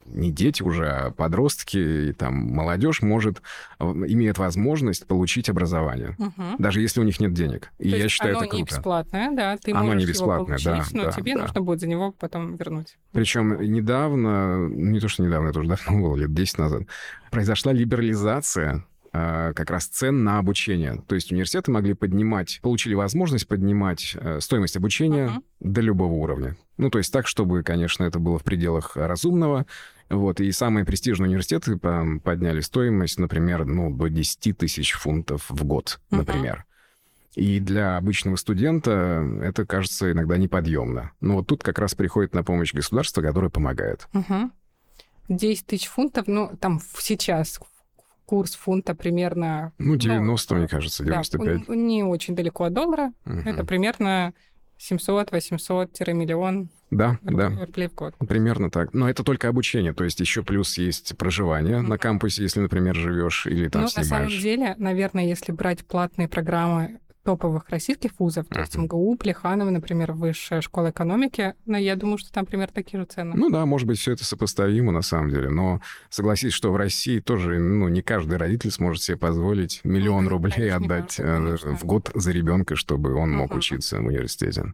Speaker 2: не дети уже, а подростки и там молодежь имеет возможность получить образование, даже если у них нет денег. И я считаю, это круто.
Speaker 1: Оно не бесплатное, да, ты
Speaker 2: оно
Speaker 1: можешь
Speaker 2: не бесплатное,
Speaker 1: его получить, но тебе нужно будет за него потом вернуть.
Speaker 2: Причем недавно, не то что недавно, это уже давно было, лет 10 назад, произошла либерализация как раз цен на обучение. То есть университеты получили возможность поднимать стоимость обучения до любого уровня. Ну, то есть так, чтобы, конечно, это было в пределах разумного. Вот, и самые престижные университеты подняли стоимость, например, до 10 тысяч фунтов в год, например. И для обычного студента это кажется иногда неподъемно. Но вот тут как раз приходит на помощь государство, которое помогает.
Speaker 1: 10 тысяч фунтов, там сейчас курс фунта примерно...
Speaker 2: 90, мне кажется, 95.
Speaker 1: Да, не очень далеко от доллара. Это примерно 700-800-миллион рублей в год.
Speaker 2: Примерно так. Но это только обучение, то есть еще плюс есть проживание на кампусе, если, например, живешь или там снимаешь.
Speaker 1: На самом деле, наверное, если брать платные программы топовых российских вузов, то есть МГУ, Плеханова, например, Высшая школа экономики, но я думаю, что там примерно такие же цены.
Speaker 2: Может быть, все это сопоставимо на самом деле, но согласись, что в России тоже, не каждый родитель сможет себе позволить 1 000 000 рублей отдать в год за ребенка, чтобы он мог учиться в университете.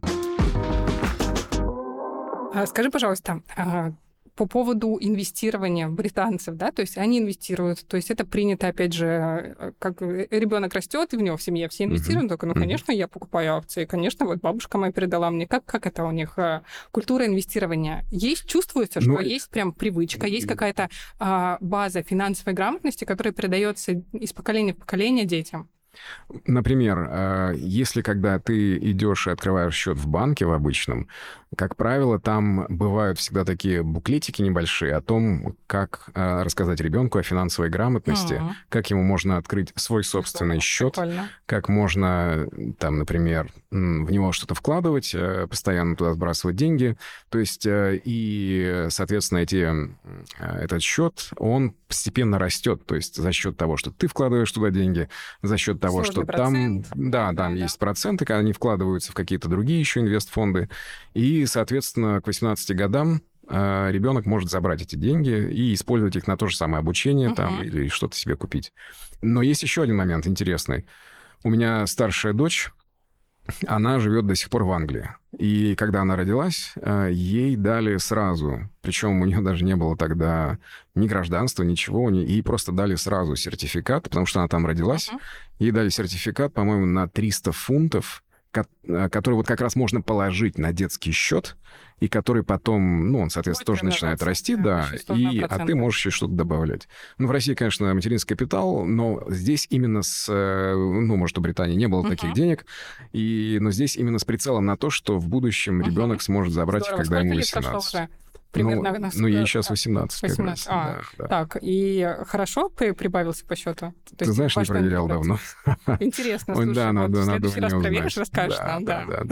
Speaker 1: Скажи, пожалуйста, по поводу инвестирования британцев, да, то есть они инвестируют, то есть это принято, опять же, как ребенок растет, и в него в семье все инвестируют, только, конечно, я покупаю акции, конечно, вот бабушка моя передала мне, как это у них, культура инвестирования. Чувствуется, что есть прям привычка, есть какая-то база финансовой грамотности, которая передается из поколения в поколение детям.
Speaker 2: Например, если когда ты идешь и открываешь счет в банке в обычном, как правило, там бывают всегда такие буклетики небольшие о том, как рассказать ребенку о финансовой грамотности, как ему можно открыть свой собственный счет, как можно, там, например, в него что-то вкладывать, постоянно туда сбрасывать деньги. То есть, и, соответственно, этот счет, он постепенно растет. То есть за счет того, что ты вкладываешь туда деньги, за счет того, что там, там есть проценты, когда они вкладываются в какие-то другие еще инвестфонды. И, соответственно, к 18 годам ребенок может забрать эти деньги и использовать их на то же самое обучение там, или что-то себе купить. Но есть еще один момент интересный. У меня старшая дочь, она живет до сих пор в Англии. И когда она родилась, ей дали сразу, причем у нее даже не было тогда ни гражданства, ничего, ей просто дали сразу сертификат, потому что она там родилась. Ей дали сертификат, по-моему, на 300 фунтов, который вот как раз можно положить на детский счет, и который потом, он, соответственно, тоже начинает расти, а ты можешь еще что-то добавлять. В России, конечно, материнский капитал, но здесь именно может, у Британии не было таких денег, но здесь именно с прицелом на то, что в будущем ребенок сможет забрать их, когда ему 18.
Speaker 1: Примерно
Speaker 2: ей сейчас 18.
Speaker 1: 18. Так, и хорошо прибавился по счету?
Speaker 2: Ты знаешь, не проверял давно.
Speaker 1: Интересно, слушай, в следующий раз проверишь, расскажешь нам.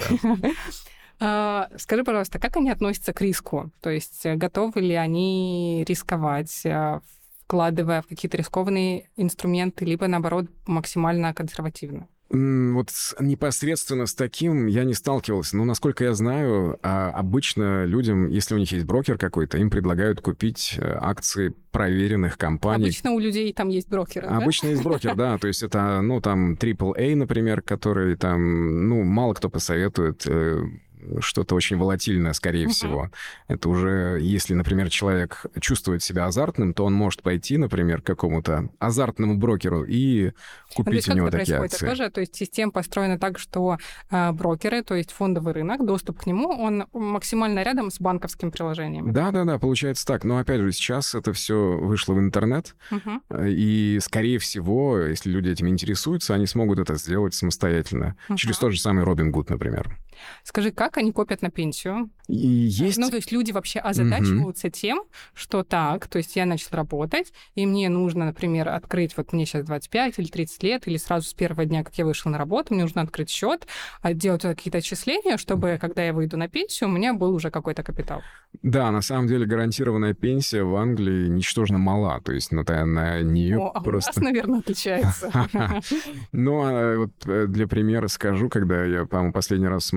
Speaker 1: Да. Скажи, пожалуйста, как они относятся к риску? То есть готовы ли они рисковать, вкладывая в какие-то рискованные инструменты, либо, наоборот, максимально консервативно?
Speaker 2: Вот непосредственно с таким я не сталкивался. Но, насколько я знаю, обычно людям, если у них есть брокер какой-то, им предлагают купить акции проверенных компаний.
Speaker 1: Обычно у людей там есть брокеры, да?
Speaker 2: Обычно есть брокер, да. То есть это, там, AAA, например, который там, мало кто посоветует что-то очень волатильное, скорее всего. Это уже, если, например, человек чувствует себя азартным, то он может пойти, например, к какому-то азартному брокеру и купить у него такие акции.
Speaker 1: Тоже, то есть система построена так, что брокеры, то есть фондовый рынок, доступ к нему, он максимально рядом с банковским приложением.
Speaker 2: Да, получается так. Но, опять же, сейчас это все вышло в интернет, и, скорее всего, если люди этим интересуются, они смогут это сделать самостоятельно. Через тот же самый Robinhood, например.
Speaker 1: Скажи, как они копят на пенсию?
Speaker 2: И есть...
Speaker 1: то есть люди вообще озадачиваются тем, что так, то есть я начал работать, и мне нужно, например, открыть, вот мне сейчас 25 или 30 лет, или сразу с первого дня, как я вышел на работу, мне нужно открыть счет, делать какие-то отчисления, чтобы, когда я выйду на пенсию, у меня был уже какой-то капитал.
Speaker 2: Да, на самом деле гарантированная пенсия в Англии ничтожно мала, то есть на нее просто...
Speaker 1: у нас, наверное, отличается.
Speaker 2: Вот для примера скажу, когда я, по-моему, последний раз смотрел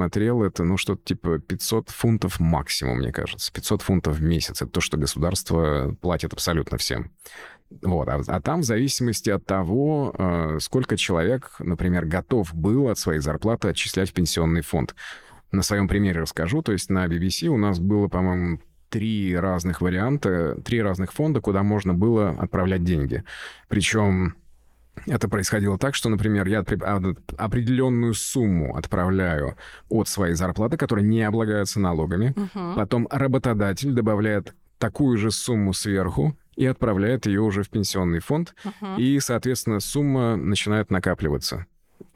Speaker 2: смотрел, это, что-то типа 500 фунтов максимум, мне кажется. 500 фунтов в месяц. Это то, что государство платит абсолютно всем. Вот. А там в зависимости от того, сколько человек, например, готов был от своей зарплаты отчислять в пенсионный фонд. На своем примере расскажу. То есть на BBC у нас было, по-моему, 3 разных варианта, 3 разных фонда, куда можно было отправлять деньги. Причем это происходило так, что, например, я определенную сумму отправляю от своей зарплаты, которая не облагается налогами. Потом работодатель добавляет такую же сумму сверху и отправляет ее уже в пенсионный фонд. И, соответственно, сумма начинает накапливаться.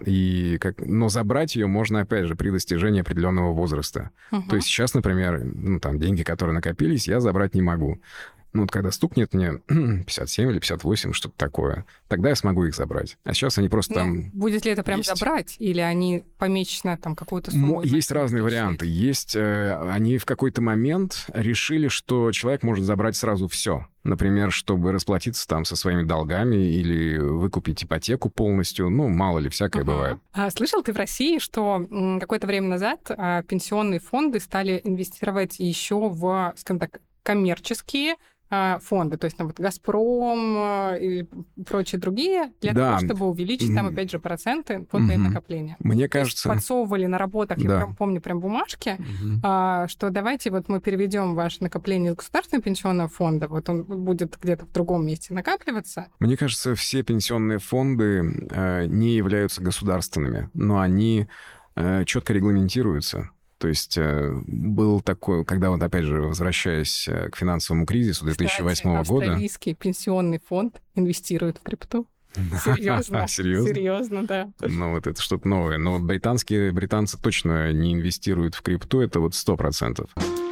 Speaker 2: Но забрать ее можно, опять же, при достижении определенного возраста. То есть сейчас, например, деньги, которые накопились, я забрать не могу. Когда стукнет мне 57 или 58, что-то такое, тогда я смогу их забрать. А сейчас они просто там...
Speaker 1: Будет ли это прям
Speaker 2: есть.
Speaker 1: Забрать? Или они помечены какую-то сумму?
Speaker 2: Есть разные варианты. Они в какой-то момент решили, что человек может забрать сразу все. Например, чтобы расплатиться со своими долгами или выкупить ипотеку полностью. Мало ли, всякое бывает.
Speaker 1: А слышал ты в России, что какое-то время назад пенсионные фонды стали инвестировать еще в, скажем так, коммерческие фонды, то есть «Газпром» и прочие другие, для того, чтобы увеличить опять же, проценты фондовые накопления.
Speaker 2: Мне кажется...
Speaker 1: Подсовывали на работах, я помню, бумажки, что давайте мы переведем ваше накопление из государственного пенсионного фонда, он будет где-то в другом месте накапливаться.
Speaker 2: Мне кажется, все пенсионные фонды не являются государственными, но они четко регламентируются. То есть был такой, когда опять же, возвращаясь к финансовому кризису 2008 года...
Speaker 1: Австралийский пенсионный фонд инвестирует в крипту. Серьезно? Серьезно, да.
Speaker 2: Это что-то новое. Но британцы точно не инвестируют в крипту, это 100%.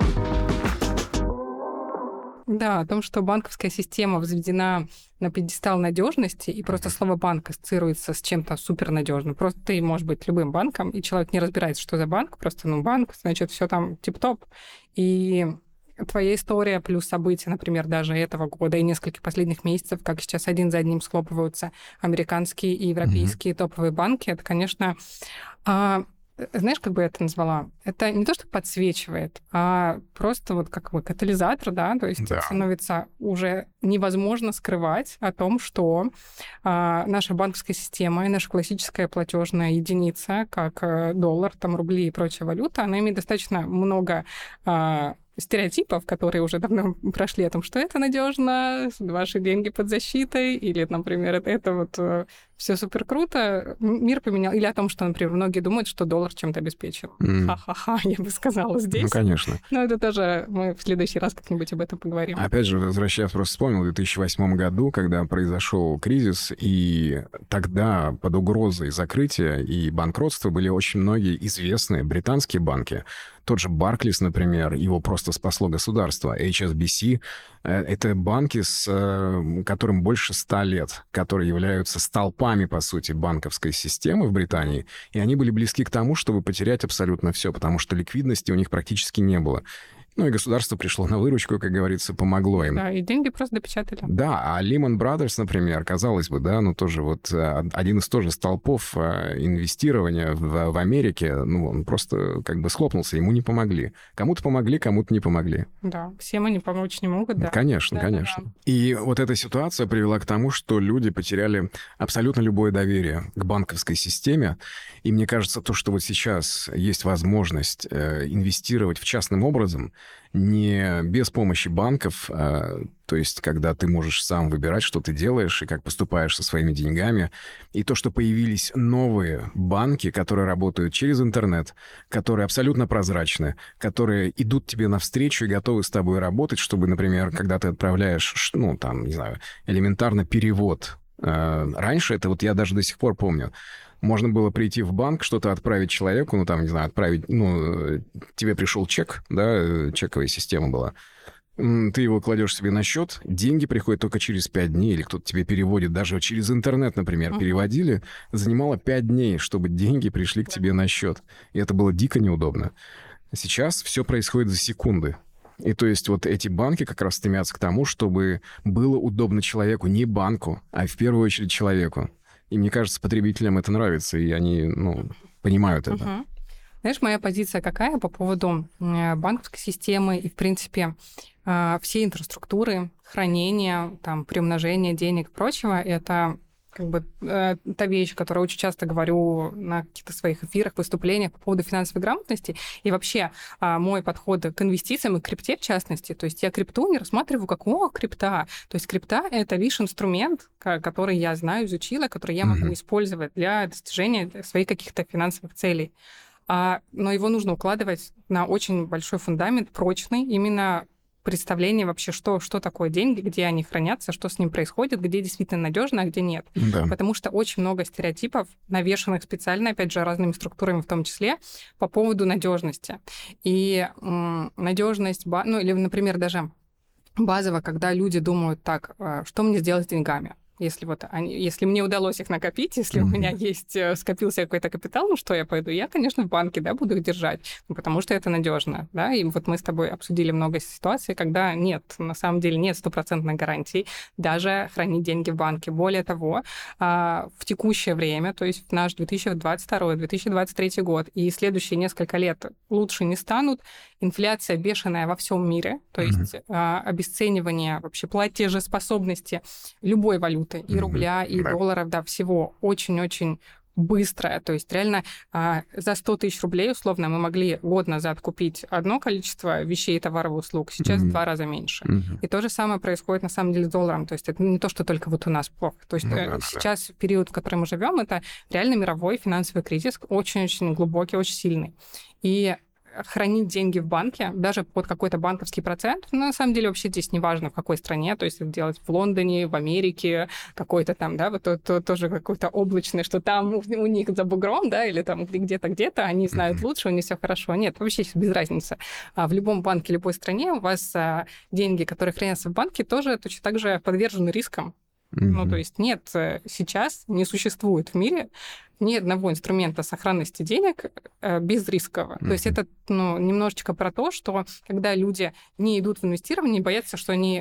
Speaker 1: Да, о том, что банковская система возведена на пьедестал надежности, и просто слово «банк» ассоциируется с чем-то супернадежным. Просто ты можешь быть любым банком, и человек не разбирается, что за банк, просто, банк, значит, все там тип-топ. И твоя история плюс события, например, даже этого года и нескольких последних месяцев, как сейчас один за одним схлопываются американские и европейские топовые банки, это, конечно... Знаешь, как бы я это назвала? Это не то, что подсвечивает, а просто как катализатор, да, то есть становится уже невозможно скрывать о том, что наша банковская система и наша классическая платежная единица, как доллар, рубли и прочая валюта, она имеет достаточно много стереотипов, которые уже давно прошли о том, что это надежно, ваши деньги под защитой, или, например, это все супер круто, мир поменял, или о том, что, например, многие думают, что доллар чем-то обеспечен. Ха-ха-ха, я бы сказала здесь.
Speaker 2: Конечно.
Speaker 1: Но это тоже мы в следующий раз как-нибудь об этом поговорим.
Speaker 2: Опять же, возвращаясь, просто вспомнил, в 2008 году, когда произошел кризис, и тогда под угрозой закрытия и банкротства были очень многие известные британские банки. Тот же Barclays, например, его просто спасло государство. HSBC — это банки, которым больше 100 лет, которые являются столпами, по сути, банковской системы в Британии. И они были близки к тому, чтобы потерять абсолютно все, потому что ликвидности у них практически не было. И государство пришло на выручку, как говорится, помогло им.
Speaker 1: Да, и деньги просто допечатали.
Speaker 2: Да, а Lehman Brothers, например, казалось бы, тоже один из тоже столпов инвестирования в Америке, он просто схлопнулся, ему не помогли. Кому-то помогли, кому-то не помогли.
Speaker 1: Да, всем они помочь не могут, да.
Speaker 2: Конечно, конечно. Да. И эта ситуация привела к тому, что люди потеряли абсолютно любое доверие к банковской системе. И мне кажется, то, что сейчас есть возможность инвестировать частным образом, не без помощи банков, то есть когда ты можешь сам выбирать, что ты делаешь и как поступаешь со своими деньгами. И то, что появились новые банки, которые работают через интернет, которые абсолютно прозрачны, которые идут тебе навстречу и готовы с тобой работать, чтобы, например, когда ты отправляешь, элементарно перевод. Раньше, это я даже до сих пор помню, можно было прийти в банк, что-то отправить человеку, тебе пришел чек, да, чековая система была. Ты его кладешь себе на счет, деньги приходят только через 5 дней, или кто-то тебе переводит, даже через интернет, например, переводили, занимало 5 дней, чтобы деньги пришли к тебе на счет. И это было дико неудобно. Сейчас все происходит за секунды. И то есть эти банки как раз стремятся к тому, чтобы было удобно человеку, не банку, а в первую очередь человеку. И мне кажется, потребителям это нравится, и они, понимают это.
Speaker 1: Знаешь, моя позиция какая по поводу банковской системы и, в принципе, всей инфраструктуры, хранения, там, приумножения денег и прочего, это как бы та вещь, которую очень часто говорю на каких-то своих эфирах, выступлениях по поводу финансовой грамотности. И вообще мой подход к инвестициям и к крипте, в частности. То есть я крипту не рассматриваю как крипта. То есть крипта — это лишь инструмент, который я знаю, изучила, который я могу использовать для достижения своих каких-то финансовых целей. Но его нужно укладывать на очень большой фундамент, прочный, именно представление вообще, что такое деньги, где они хранятся, что с ним происходит, где действительно надежно, а где нет.
Speaker 2: Да.
Speaker 1: Потому что очень много стереотипов, навешанных специально, опять же, разными структурами в том числе, по поводу надежности. И надежность, или, например, даже базово, когда люди думают так, что мне сделать с деньгами? Если мне удалось их накопить, если у меня скопился какой-то капитал, что я пойду? Я, конечно, в банке, буду их держать, потому что это надежно, И вот мы с тобой обсудили много ситуаций, когда на самом деле нет стопроцентной гарантии даже хранить деньги в банке. Более того, в текущее время, то есть в наш 2022-2023 год и следующие несколько лет лучше не станут, инфляция бешеная во всем мире, то есть обесценивание вообще платежеспособности любой валюты, и рубля, и долларов, всего очень-очень быстрое. То есть реально за 100 тысяч рублей, условно, мы могли год назад купить одно количество вещей, товаров и услуг, сейчас в 2 раза меньше. И то же самое происходит на самом деле с долларом. То есть это не то, что только вот у нас плохо. То есть сейчас период, в котором мы живем, это реально мировой финансовый кризис, очень-очень глубокий, очень сильный. И хранить деньги в банке, даже под какой-то банковский процент, на самом деле вообще здесь не важно, в какой стране, то есть делать в Лондоне, в Америке, какой-то там, тоже какой-то облачный, что там у них за бугром, или там где-то, они знают лучше, у них все хорошо. Нет, вообще без разницы. В любом банке, любой стране у вас деньги, которые хранятся в банке, тоже точно так же подвержены рискам. То есть сейчас не существует в мире ни одного инструмента сохранности денег безрискового. То есть это немножечко про то, что когда люди не идут в инвестирование, боятся, что они...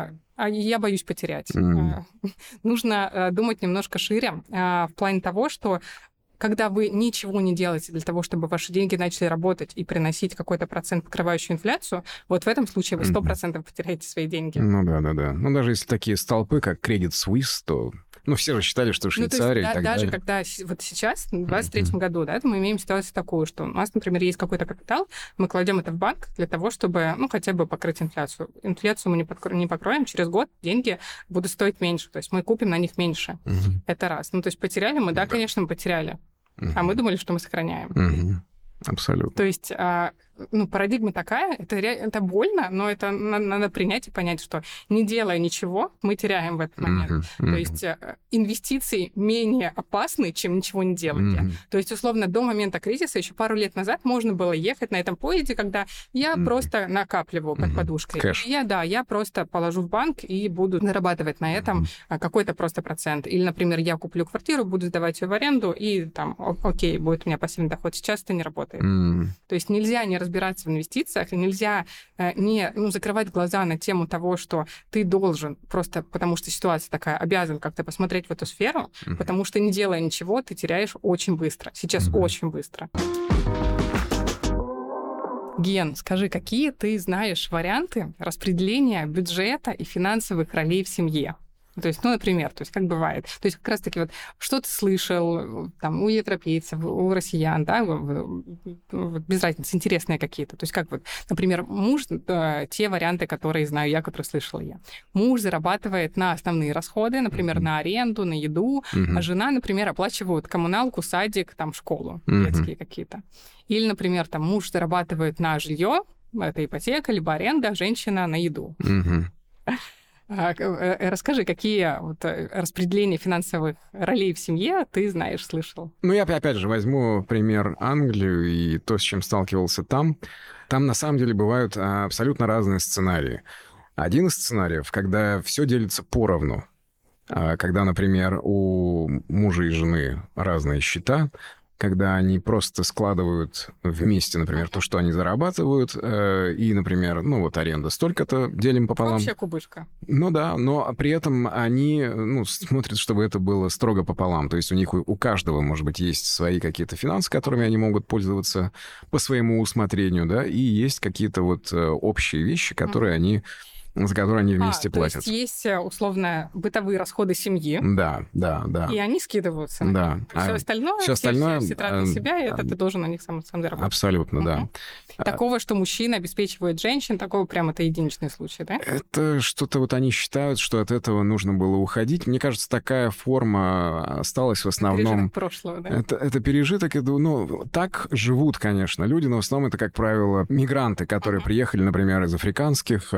Speaker 1: я боюсь потерять. Нужно думать немножко шире в плане того, что когда вы ничего не делаете для того, чтобы ваши деньги начали работать и приносить какой-то процент, покрывающий инфляцию, вот в этом случае вы 100% потеряете свои деньги.
Speaker 2: Да. Даже если такие столпы, как Credit Suisse, то... все же считали, что Швейцария и так
Speaker 1: даже
Speaker 2: далее.
Speaker 1: Когда вот сейчас, в 2023 году, мы имеем ситуацию такую, что у нас, например, есть какой-то капитал, мы кладем это в банк для того, чтобы, хотя бы покрыть инфляцию. Инфляцию мы не покроем, через год деньги будут стоить меньше, то есть мы купим на них меньше. Это раз. То есть потеряли мы, конечно, мы потеряли. А мы думали, что мы сохраняем.
Speaker 2: Абсолютно.
Speaker 1: То есть, парадигма такая, это больно, но это надо принять и понять, что не делая ничего, мы теряем в этот момент. То есть инвестиции менее опасны, чем ничего не делать. То есть, условно, до момента кризиса, еще пару лет назад, можно было ехать на этом поезде, когда я просто накапливаю под подушкой.
Speaker 2: Кэш.
Speaker 1: Я просто положу в банк и буду зарабатывать на этом какой-то просто процент. Или, например, я куплю квартиру, буду сдавать ее в аренду, и там, окей, будет у меня пассивный доход. Сейчас это не работает. То есть нельзя не разбираться в инвестициях, и нельзя не закрывать глаза на тему того, что ты должен, просто потому что ситуация такая, обязан как-то посмотреть в эту сферу, потому что не делая ничего, ты теряешь очень быстро. Сейчас очень быстро. Ген, скажи, какие ты знаешь варианты распределения бюджета и финансовых ролей в семье? То есть, например, как бывает. То есть как раз-таки что ты слышал там у европейцев, у россиян, без разницы, интересные какие-то. То есть как например, муж, те варианты, которые знаю я, которых слышала я. Муж зарабатывает на основные расходы, например, на аренду, на еду, а жена, например, оплачивает коммуналку, садик, школу, детские какие-то. Или, например, муж зарабатывает на жилье, это ипотека, либо аренда, а женщина на еду. Расскажи, какие распределения финансовых ролей в семье ты знаешь, слышал?
Speaker 2: Я опять же возьму пример Англию и то, с чем сталкивался там. Там на самом деле бывают абсолютно разные сценарии. Один из сценариев, когда все делится поровну. Когда, например, у мужа и жены разные счета, когда они просто складывают вместе, например, то, что они зарабатывают, и, например, ну вот аренда столько-то делим пополам.
Speaker 1: Вообще кубышка.
Speaker 2: Ну да, но при этом они смотрят, чтобы это было строго пополам. То есть у них у каждого, может быть, есть свои какие-то финансы, которыми они могут пользоваться по своему усмотрению, да, и есть какие-то вот общие вещи, за которые они вместе платят.
Speaker 1: То есть условно бытовые расходы семьи.
Speaker 2: Да.
Speaker 1: И они скидываются.
Speaker 2: Да.
Speaker 1: Все остальное все тратят на себя, и это ты должен на них сам заработать.
Speaker 2: Абсолютно, да.
Speaker 1: Такого, что мужчина обеспечивает женщин, такого прям это единичный случай, да?
Speaker 2: Это что-то вот они считают, что от этого нужно было уходить. Мне кажется, такая форма осталась в основном...
Speaker 1: Пережиток прошлого, да?
Speaker 2: Это пережиток, так живут, конечно, люди, но в основном это, как правило, мигранты, которые приехали, например, из африканских,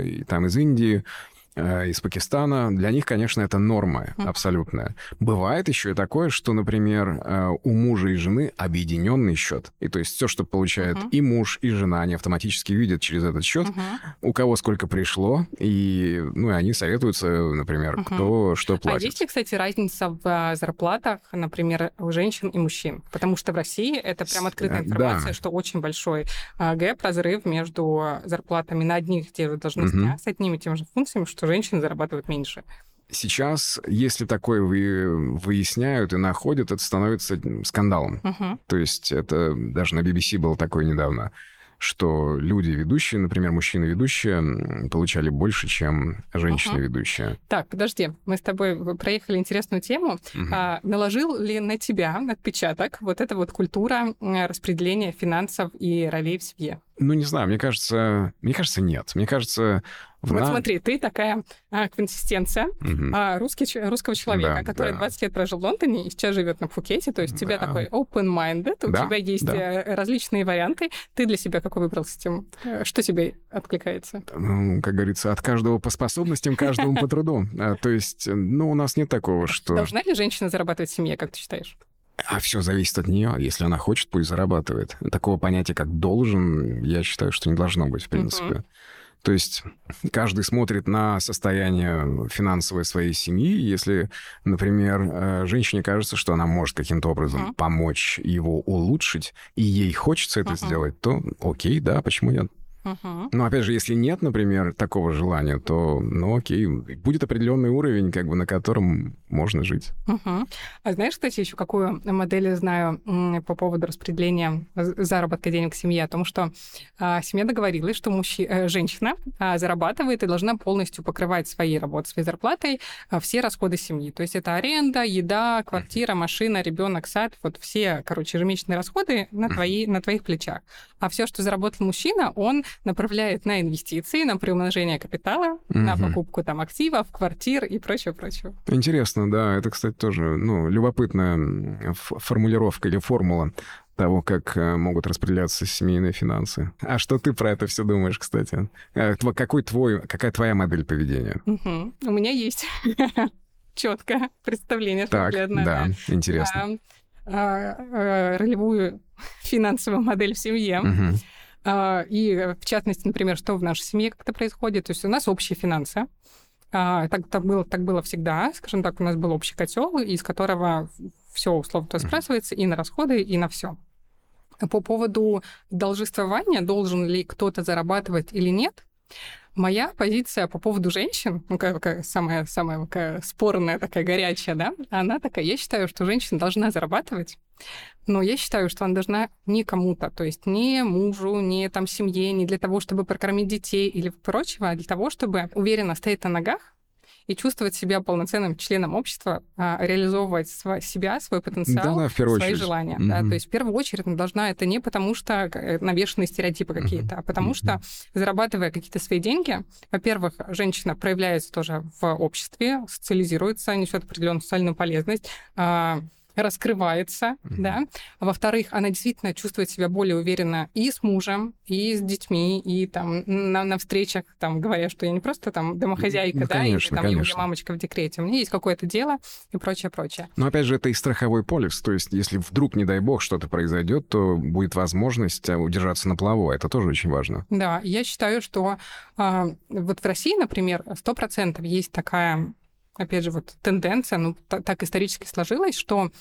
Speaker 2: из Индии, из Пакистана. Для них, конечно, это норма абсолютная. Бывает еще и такое, что, например, у мужа и жены объединенный счет. И то есть все, что получает и муж, и жена, они автоматически видят через этот счет, у кого сколько пришло, и они советуются, например, кто что платит.
Speaker 1: А есть ли, кстати, разница в зарплатах, например, у женщин и мужчин? Потому что в России это прям открытая информация, что очень большой гэп, разрыв между зарплатами на одних и тех же должностях с одними и теми же функциями, что женщины зарабатывают меньше.
Speaker 2: Сейчас, если такое выясняют и находят, это становится скандалом. То есть это даже на BBC было такое недавно, что люди ведущие, например, мужчины-ведущие, получали больше, чем женщины-ведущие.
Speaker 1: Так, подожди, мы с тобой проехали интересную тему. Наложил ли на тебя отпечаток вот эта вот культура распределения финансов и ролей в семье?
Speaker 2: Не знаю, мне кажется, нет. Мне кажется...
Speaker 1: Смотри, ты такая консистенция русского человека, который 20 лет прожил в Лондоне и сейчас живет на Пхукете, то есть у тебя такой open-minded, у тебя есть различные варианты. Ты для себя какой выбрал систему? Что тебе откликается?
Speaker 2: Как говорится, от каждого по способностям, каждому по труду. То есть, у нас нет такого, что...
Speaker 1: Должна ли женщина зарабатывать в семье, как ты считаешь?
Speaker 2: А все зависит от нее. Если она хочет, пусть зарабатывает. Такого понятия, как должен, я считаю, что не должно быть, в принципе. То есть каждый смотрит на состояние финансовой своей семьи. Если, например, женщине кажется, что она может каким-то образом помочь его улучшить, и ей хочется это сделать, то окей, да, почему нет? Но, опять же, если нет, например, такого желания, то, окей, будет определенный уровень, на котором можно жить.
Speaker 1: А знаешь, кстати, еще какую модель я знаю по поводу распределения заработка денег в семье? О том, что семья договорилась, что женщина зарабатывает и должна полностью покрывать своей работой, своей зарплатой все расходы семьи. То есть это аренда, еда, квартира, машина, ребенок, сад, вот все, ежемесячные расходы на твоих плечах. А все, что заработал мужчина, он направляет на инвестиции, на приумножение капитала, на покупку активов, квартир и прочего-прочего.
Speaker 2: Интересно, да. Это, кстати, тоже любопытная формулировка или формула того, как могут распределяться семейные финансы. А что ты про это все думаешь, кстати? Какая твоя модель поведения?
Speaker 1: У меня есть четкое представление.
Speaker 2: Так, да, интересно.
Speaker 1: Ролевую финансовую модель в семье. И, в частности, например, что в нашей семье как-то происходит. То есть у нас общие финансы. Так было всегда. Скажем так, у нас был общий котел, из которого все условно разбрасывается и на расходы, и на все. По поводу должествования, должен ли кто-то зарабатывать или нет, моя позиция по поводу женщин, самая спорная, такая горячая, да, она такая, я считаю, что женщина должна зарабатывать, но я считаю, что она должна не кому-то, то есть не мужу, не семье, не для того, чтобы прокормить детей или прочего, а для того, чтобы уверенно стоять на ногах и чувствовать себя полноценным членом общества, реализовывать себя, свой потенциал, свои желания. Да, то есть в первую очередь она должна это не потому, что навешенные стереотипы какие-то, а потому что, зарабатывая какие-то свои деньги, во-первых, женщина проявляется тоже в обществе, социализируется, несет определенную социальную полезность, раскрывается, да. Во-вторых, она действительно чувствует себя более уверенно и с мужем, и с детьми, и на встречах, говоря, что я не просто домохозяйка,
Speaker 2: конечно,
Speaker 1: или я мамочка в декрете, у меня есть какое-то дело и прочее.
Speaker 2: Но опять же, это и страховой полис, то есть если вдруг, не дай бог, что-то произойдет, то будет возможность удержаться на плаву, это тоже очень важно.
Speaker 1: Да, я считаю, что вот в России, например, 100% есть такая, опять же, тенденция, так исторически сложилось, что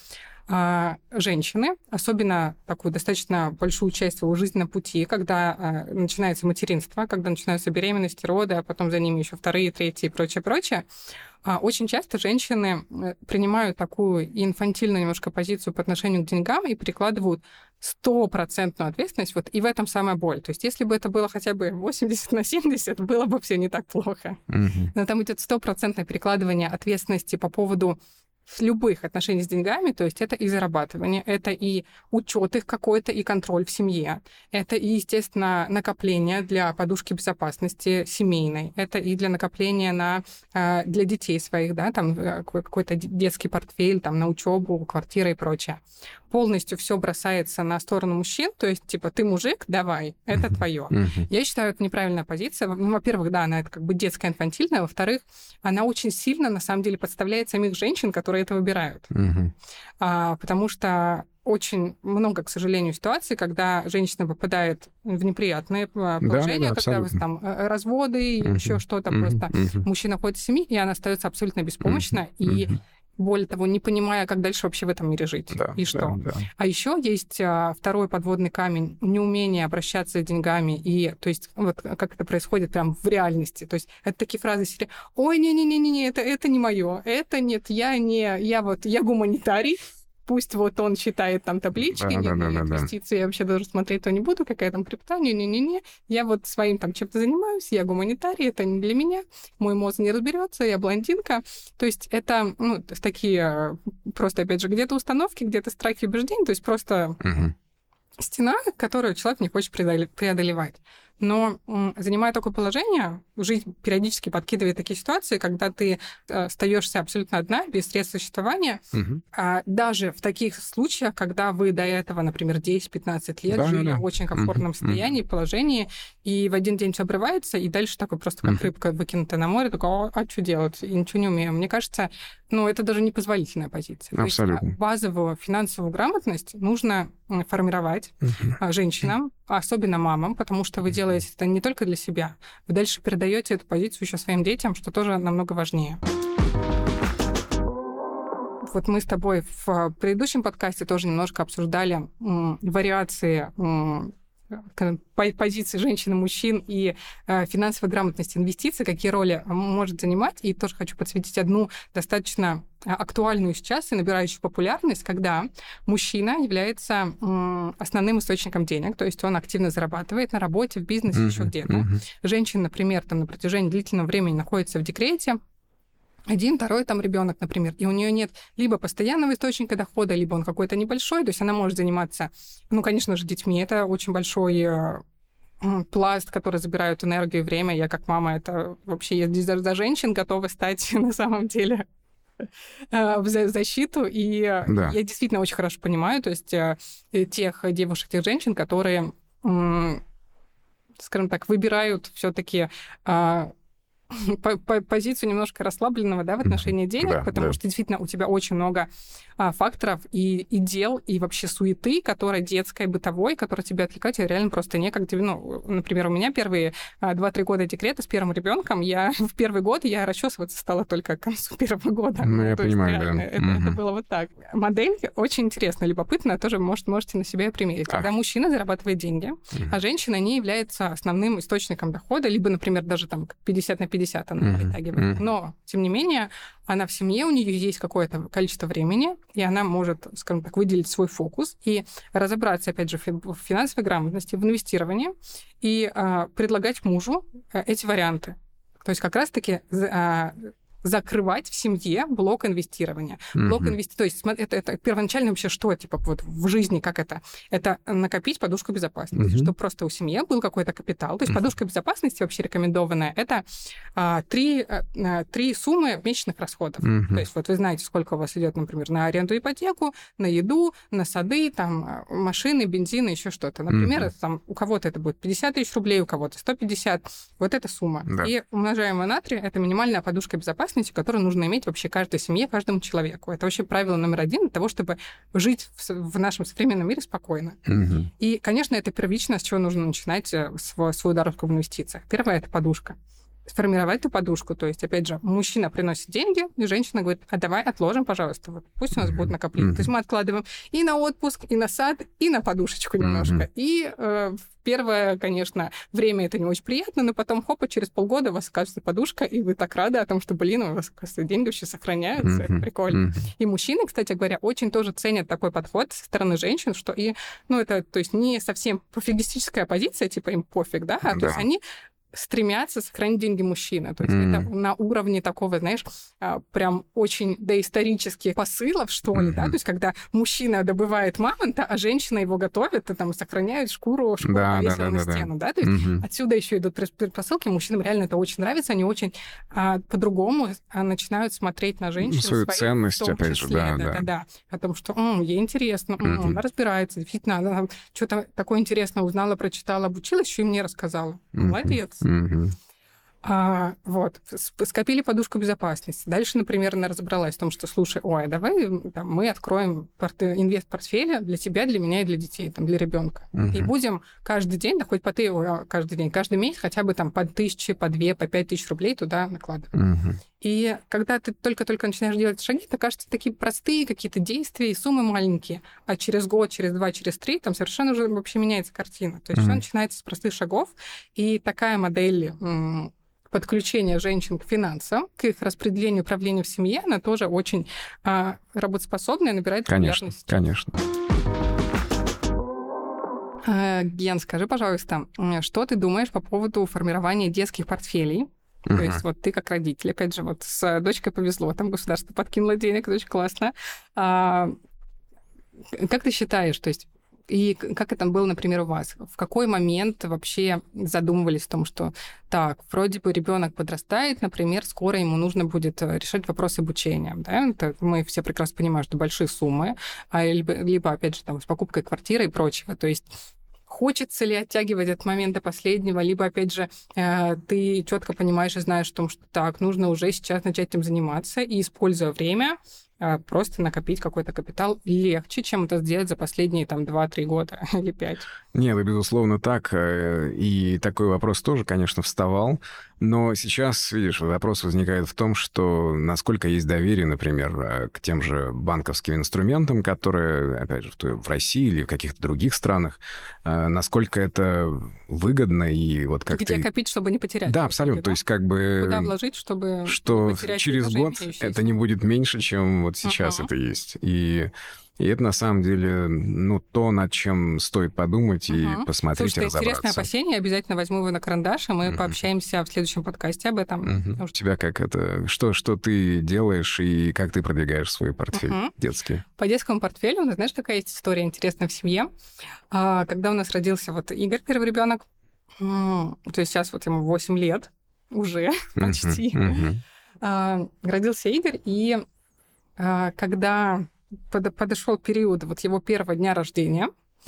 Speaker 1: женщины, особенно такую достаточно большую часть своего жизненного пути, когда начинается материнство, когда начинаются беременности, роды, а потом за ними еще вторые, третьи и прочее, очень часто женщины принимают такую инфантильную немножко позицию по отношению к деньгам и перекладывают 100% ответственность, вот и в этом самая боль. То есть если бы это было хотя бы 80/70, было бы все не так плохо. Но там идет 100% перекладывание ответственности по поводу любых отношений с деньгами, то есть это и зарабатывание, это и учет их какой-то, и контроль в семье, это и, естественно, накопление для подушки безопасности семейной, это и для накопления для детей своих, да, там какой-то детский портфель, там на учебу, квартира и прочее. Полностью все бросается на сторону мужчин, то есть, типа, ты мужик, давай, это твое. Я считаю, это неправильная позиция. Ну, во-первых, да, она это как бы детская, инфантильная, во-вторых, она очень сильно, на самом деле, подставляет самих женщин, которые это выбирают. Потому что очень много, к сожалению, ситуаций, когда женщина попадает в неприятные положения, когда там разводы, еще что-то, просто мужчина ходит в семье, и она остается абсолютно беспомощна, и более того, не понимая, как дальше вообще в этом мире жить. И что. А еще есть второй подводный камень — неумение обращаться с деньгами. И, то есть, вот как это происходит прям в реальности. То есть это такие фразы серии: «Ой, не-не-не-не, это не мое, это нет, я гуманитарий». Пусть вот он читает там таблички, инвестиции я вообще даже смотреть-то не буду, какая там крипта, не-не-не-не. Я вот своим там чем-то занимаюсь, я гуманитарий, это не для меня, мой мозг не разберется, я блондинка. То есть это такие просто, опять же, где-то установки, где-то страхи и убеждения, то есть просто стена, которую человек не хочет преодолевать. Но занимая такое положение, жизнь периодически подкидывает такие ситуации, когда ты остаешься абсолютно одна, без средств существования. Даже в таких случаях, когда вы до этого, например, 10-15 лет жили в очень комфортном состоянии, положении, и в один день все обрывается, и дальше такой просто как рыбка выкинутая на море, такой: а что делать? И ничего не умею. Мне кажется, это даже непозволительная позиция.
Speaker 2: Абсолютно.
Speaker 1: То есть базовую финансовую грамотность нужно формировать женщинам, особенно мамам, потому что вы делаете это не только для себя, вы дальше передаете эту позицию еще своим детям, что тоже намного важнее. Вот мы с тобой в предыдущем подкасте тоже немножко обсуждали вариации позиции женщин и мужчин и финансовой грамотности инвестиций, какие роли может занимать. И тоже хочу подсветить одну достаточно актуальную сейчас и набирающую популярность, когда мужчина является основным источником денег, то есть он активно зарабатывает на работе, в бизнесе, еще где-то. Женщина, например, там на протяжении длительного времени находится в декрете, один, второй там ребенок, например, и у нее нет либо постоянного источника дохода, либо он какой-то небольшой, то есть она может заниматься, конечно же, детьми. Это очень большой пласт, который забирает энергию и время. Я как мама, это вообще я здесь даже за женщин готова стать на самом деле в защиту. И я действительно очень хорошо понимаю, то есть тех девушек, тех женщин, которые, скажем так, выбирают все-таки позицию немножко расслабленного, в отношении денег, потому что действительно у тебя очень много факторов и дел, и вообще суеты, которая детская, бытовой, которая тебя отвлекает, и реально просто некогда. Например, у меня первые 2-3 года декрета с первым ребенком, в первый год я расчесываться стала только к концу первого года.
Speaker 2: Я понимаю,
Speaker 1: реально, это было вот так. Модель очень интересная, любопытная, тоже можете на себя примерить. Когда мужчина зарабатывает деньги, а женщина не является основным источником дохода, либо, например, даже там 50 на 50 она притягивает. Но, тем не менее, она в семье, у нее есть какое-то количество времени, и она может, скажем так, выделить свой фокус и разобраться, опять же, в финансовой грамотности, в инвестировании и предлагать мужу эти варианты. То есть как раз-таки закрывать в семье блок инвестирования. Блок то есть это первоначально вообще что, вот в жизни, как это? Это накопить подушку безопасности, чтобы просто у семьи был какой-то капитал. То есть подушка безопасности вообще рекомендованная. Это 3 суммы месячных расходов. То есть вот вы знаете, сколько у вас идет, например, на аренду, ипотеку, на еду, на сады, там, машины, бензин, еще что-то. Например, там, у кого-то это будет 50 тысяч рублей, у кого-то 150. Вот эта сумма. И умножаемая на 3 — это минимальная подушка безопасности, которую нужно иметь вообще каждой семье, каждому человеку. Это вообще правило номер 1 для того, чтобы жить в нашем современном мире спокойно. И, конечно, это первично, с чего нужно начинать свою дорожку в инвестициях. Первое — это подушка. сформировать эту подушку. То есть, опять же, мужчина приносит деньги, и женщина говорит, а давай отложим, пожалуйста, вот пусть у нас будет накопление. То есть мы откладываем и на отпуск, и на сад, и на подушечку немножко. И первое, конечно, время это не очень приятно, но потом, хопа, через полгода у вас окажется подушка, и вы так рады о том, что, блин, у вас, оказывается, деньги вообще сохраняются. Это прикольно. И мужчины, кстати говоря, очень тоже ценят такой подход со стороны женщин, что и, это, то есть, не совсем пофигистическая позиция, типа им пофиг, да, то есть они стремятся сохранить деньги мужчины. То есть это на уровне такого, знаешь, прям очень доисторических посылов, что ли, да? То есть когда мужчина добывает мамонта, а женщина его готовит, и там сохраняет шкуру повесила на стену, да? То есть отсюда еще идут предпосылки, мужчинам реально это очень нравится, они очень по-другому начинают смотреть на женщину.
Speaker 2: Свою ценность, опять же,
Speaker 1: да. О том, что ей интересно, она разбирается, действительно, она что-то такое интересное узнала, прочитала, обучилась, еще и мне рассказала. Молодец. Вот, скопили подушку безопасности. Дальше, например, она разобралась в том, что, слушай, давай мы откроем инвест-портфеля для тебя, для меня и для детей, для ребенка. И будем каждый день, да хоть каждый день, каждый месяц хотя бы там по 1000, по 2, по 5000 рублей туда накладывать. И когда ты только-только начинаешь делать шаги, то кажется, такие простые какие-то действия и суммы маленькие. А через год, через 2, через 3 там совершенно уже вообще меняется картина. То есть все начинается с простых шагов. И такая модель подключения женщин к финансам, к их распределению, управлению в семье, она тоже очень работоспособная, набирает популярность.
Speaker 2: Конечно.
Speaker 1: Ген, скажи, пожалуйста, что ты думаешь по поводу формирования детских портфелей? То есть вот ты как родитель, опять же, вот с дочкой повезло, там государство подкинуло денег, это очень классно. Как ты считаешь, то есть и как это было, например, у вас? В какой момент вообще задумывались о том, что так, вроде бы ребенок подрастает, например, скоро ему нужно будет решать вопрос обучения, да? Это мы все прекрасно понимаем, что большие суммы, либо опять же, там, с покупкой квартиры и прочего. То есть хочется ли оттягивать этот момент до последнего, либо, опять же, ты четко понимаешь и знаешь о том, что так, нужно уже сейчас начать этим заниматься и, используя время, просто накопить какой-то капитал легче, чем это сделать за последние там 2-3 года или 5.
Speaker 2: Нет, безусловно, так. И такой вопрос тоже, конечно, вставал. Но сейчас, видишь, вопрос возникает в том, что насколько есть доверие, например, к тем же банковским инструментам, которые, опять же, в России или в каких-то других странах, насколько это выгодно и вот как
Speaker 1: где копить, чтобы не потерять.
Speaker 2: Да, абсолютно. То есть как бы...
Speaker 1: Куда вложить, чтобы
Speaker 2: что
Speaker 1: не потерять
Speaker 2: через год это не будет меньше, чем вот сейчас это есть. И это, на самом деле, то, над чем стоит подумать и посмотреть, и разобраться.
Speaker 1: Интересное опасение. Обязательно возьму его на карандаш, и мы пообщаемся в следующем подкасте об этом.
Speaker 2: У тебя как это? Что ты делаешь и как ты продвигаешь свой портфель детский?
Speaker 1: По детскому портфелю, знаешь, какая есть история интересная в семье? Когда у нас родился вот Игорь, первый ребенок, то есть сейчас вот ему 8 лет уже почти, родился Игорь, и когда подошел период вот его первого дня рождения,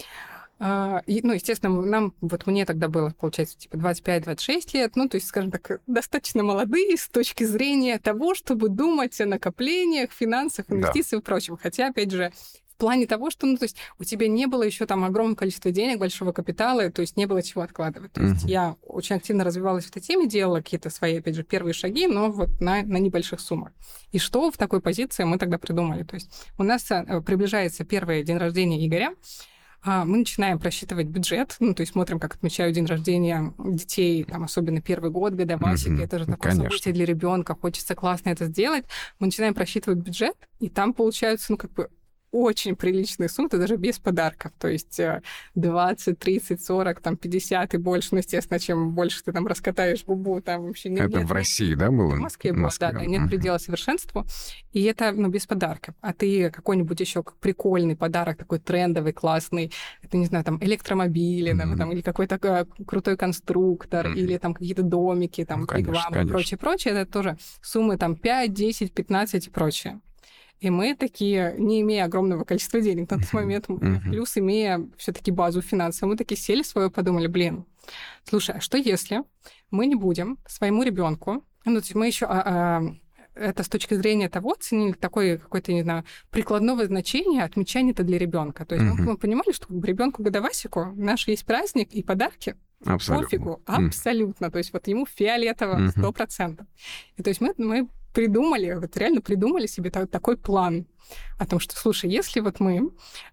Speaker 1: естественно, мне тогда было, получается, типа 25-26 лет, то есть, скажем так, достаточно молодые с точки зрения того, чтобы думать о накоплениях, финансах, инвестициях и прочем. Хотя, опять же, в плане того, что, то есть, у тебя не было еще там огромного количества денег, большого капитала, то есть не было чего откладывать. То есть я очень активно развивалась в этой теме, делала какие-то свои, опять же, первые шаги, но вот на небольших суммах. И что в такой позиции мы тогда придумали? То есть у нас приближается первый день рождения Игоря, мы начинаем просчитывать бюджет, то есть смотрим, как отмечают день рождения детей, там, особенно первый год, годовасики, это же такое событие для ребенка, хочется классно это сделать. Мы начинаем просчитывать бюджет, и там получаются, очень приличные суммы, даже без подарков. То есть 20, 30, 40, там, 50 и больше. Естественно, чем больше ты там раскатаешь губу, там вообще нет...
Speaker 2: Это в России, да, было?
Speaker 1: В Москве было, да, нет предела совершенству. И это, без подарков. А ты какой-нибудь еще прикольный подарок, такой трендовый, классный, это, не знаю, там, электромобили, там, или какой-то крутой конструктор, или там какие-то домики, там, рекламы и прочее. Это тоже суммы там 5, 10, 15 и прочее. И мы такие, не имея огромного количества денег на тот момент, плюс имея все-таки базу финансовую, мы такие сели свое, подумали, слушай, а что если мы не будем своему ребенку, то есть мы еще это с точки зрения того ценили такое какое-то, не знаю, прикладного значения отмечания это для ребенка. То есть мы понимали, что ребенку годовасику наш есть праздник и подарки,
Speaker 2: Абсолютно.
Speaker 1: Пофигу, абсолютно. То есть вот ему фиолетово 100%. И то есть мы придумали, вот реально придумали себе такой план о том, что, слушай, если вот мы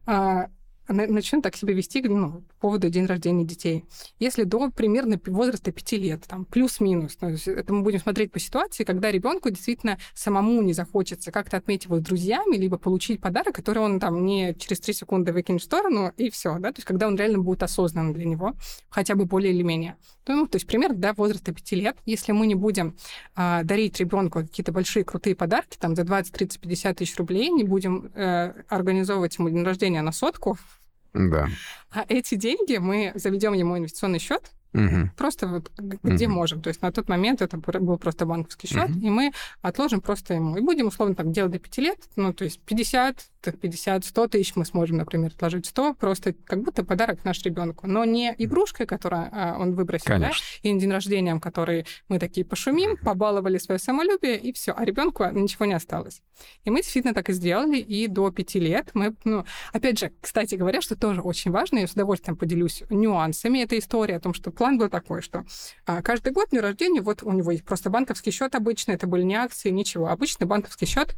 Speaker 1: начнем так себя вести, по поводу день рождения детей. Если до примерно возраста 5 лет, там, плюс-минус, то есть это мы будем смотреть по ситуации, когда ребенку действительно самому не захочется как-то отметить его с друзьями, либо получить подарок, который он там не через 3 секунды выкинет в сторону, и все, да, то есть когда он реально будет осознанным для него, хотя бы более или менее. То есть примерно до возраста 5 лет, если мы не будем дарить ребенку какие-то большие крутые подарки, там, за 20, 30, 50 тысяч рублей, не будем организовывать ему день рождения на 100,
Speaker 2: да.
Speaker 1: А эти деньги мы заведем ему инвестиционный счет, просто вот где можем. То есть на тот момент это был просто банковский счет, и мы отложим просто ему. И будем, условно, так делать до 5 лет, то есть 50, 100 тысяч мы сможем, например, отложить 100, просто как будто подарок наш ребенку. Но не игрушкой, которую он выбросил, да, и не день рождения, который мы такие пошумим, побаловали свое самолюбие, и все, а ребенку ничего не осталось. И мы действительно так и сделали, и до 5 лет мы, опять же, кстати говоря, что тоже очень важно, я с удовольствием поделюсь нюансами этой истории, о том, что план был такой, что каждый год день рождения, вот у него есть просто банковский счет обычный, это были не акции, ничего, обычный банковский счет,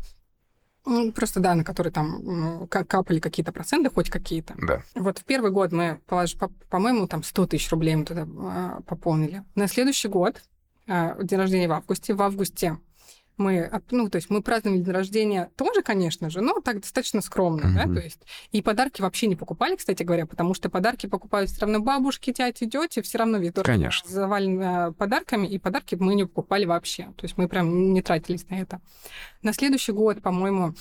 Speaker 1: просто, да, на который там капали какие-то проценты, хоть какие-то.
Speaker 2: Да.
Speaker 1: Вот в первый год мы, по-моему, там 100 тысяч рублей мы туда пополнили. На следующий год, день рождения в августе мы, то есть мы праздновали день рождения тоже, конечно же, но так достаточно скромно, да, то есть и подарки вообще не покупали, кстати говоря, потому что подарки покупают все равно бабушки, тети, тети, все равно ведь завален подарками, и подарки мы не покупали вообще, то есть мы прям не тратились на это. На следующий год, по-моему,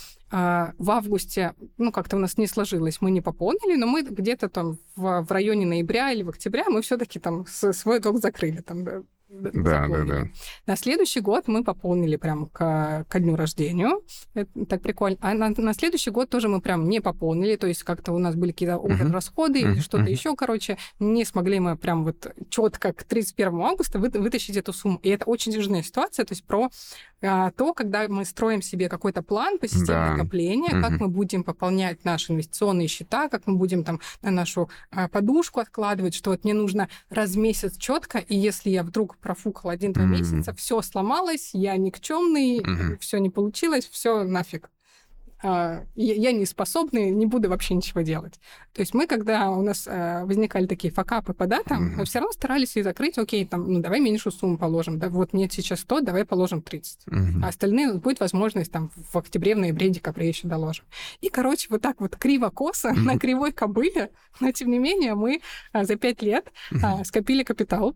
Speaker 1: в августе, как-то у нас не сложилось, мы не пополнили, но мы где-то там в районе ноября или в октябре мы все-таки там свой долг закрыли, там, да. На следующий год мы пополнили прям ко дню рождения. Это так прикольно. А на следующий год тоже мы прям не пополнили. То есть как-то у нас были какие-то расходы или что-то еще, не смогли мы прям вот четко к 31 августа вытащить эту сумму. И это очень тяжелая ситуация. То есть про то, когда мы строим себе какой-то план по системе накопления, как мы будем пополнять наши инвестиционные счета, как мы будем там на нашу подушку откладывать, что вот мне нужно раз в месяц четко, и если я вдруг профукал 1-2 месяца, все сломалось, я никчемный, все не получилось, все нафиг. Я не способный, не буду вообще ничего делать. То есть мы, когда у нас возникали такие факапы по датам, мы все равно старались их закрыть, окей, там, давай меньшую сумму положим, да, вот мне сейчас 100, давай положим 30. А остальные будет возможность там в октябре, в ноябре, декабре еще доложим. И, вот так вот криво-косо, на кривой кобыле, но тем не менее мы за 5 лет скопили капитал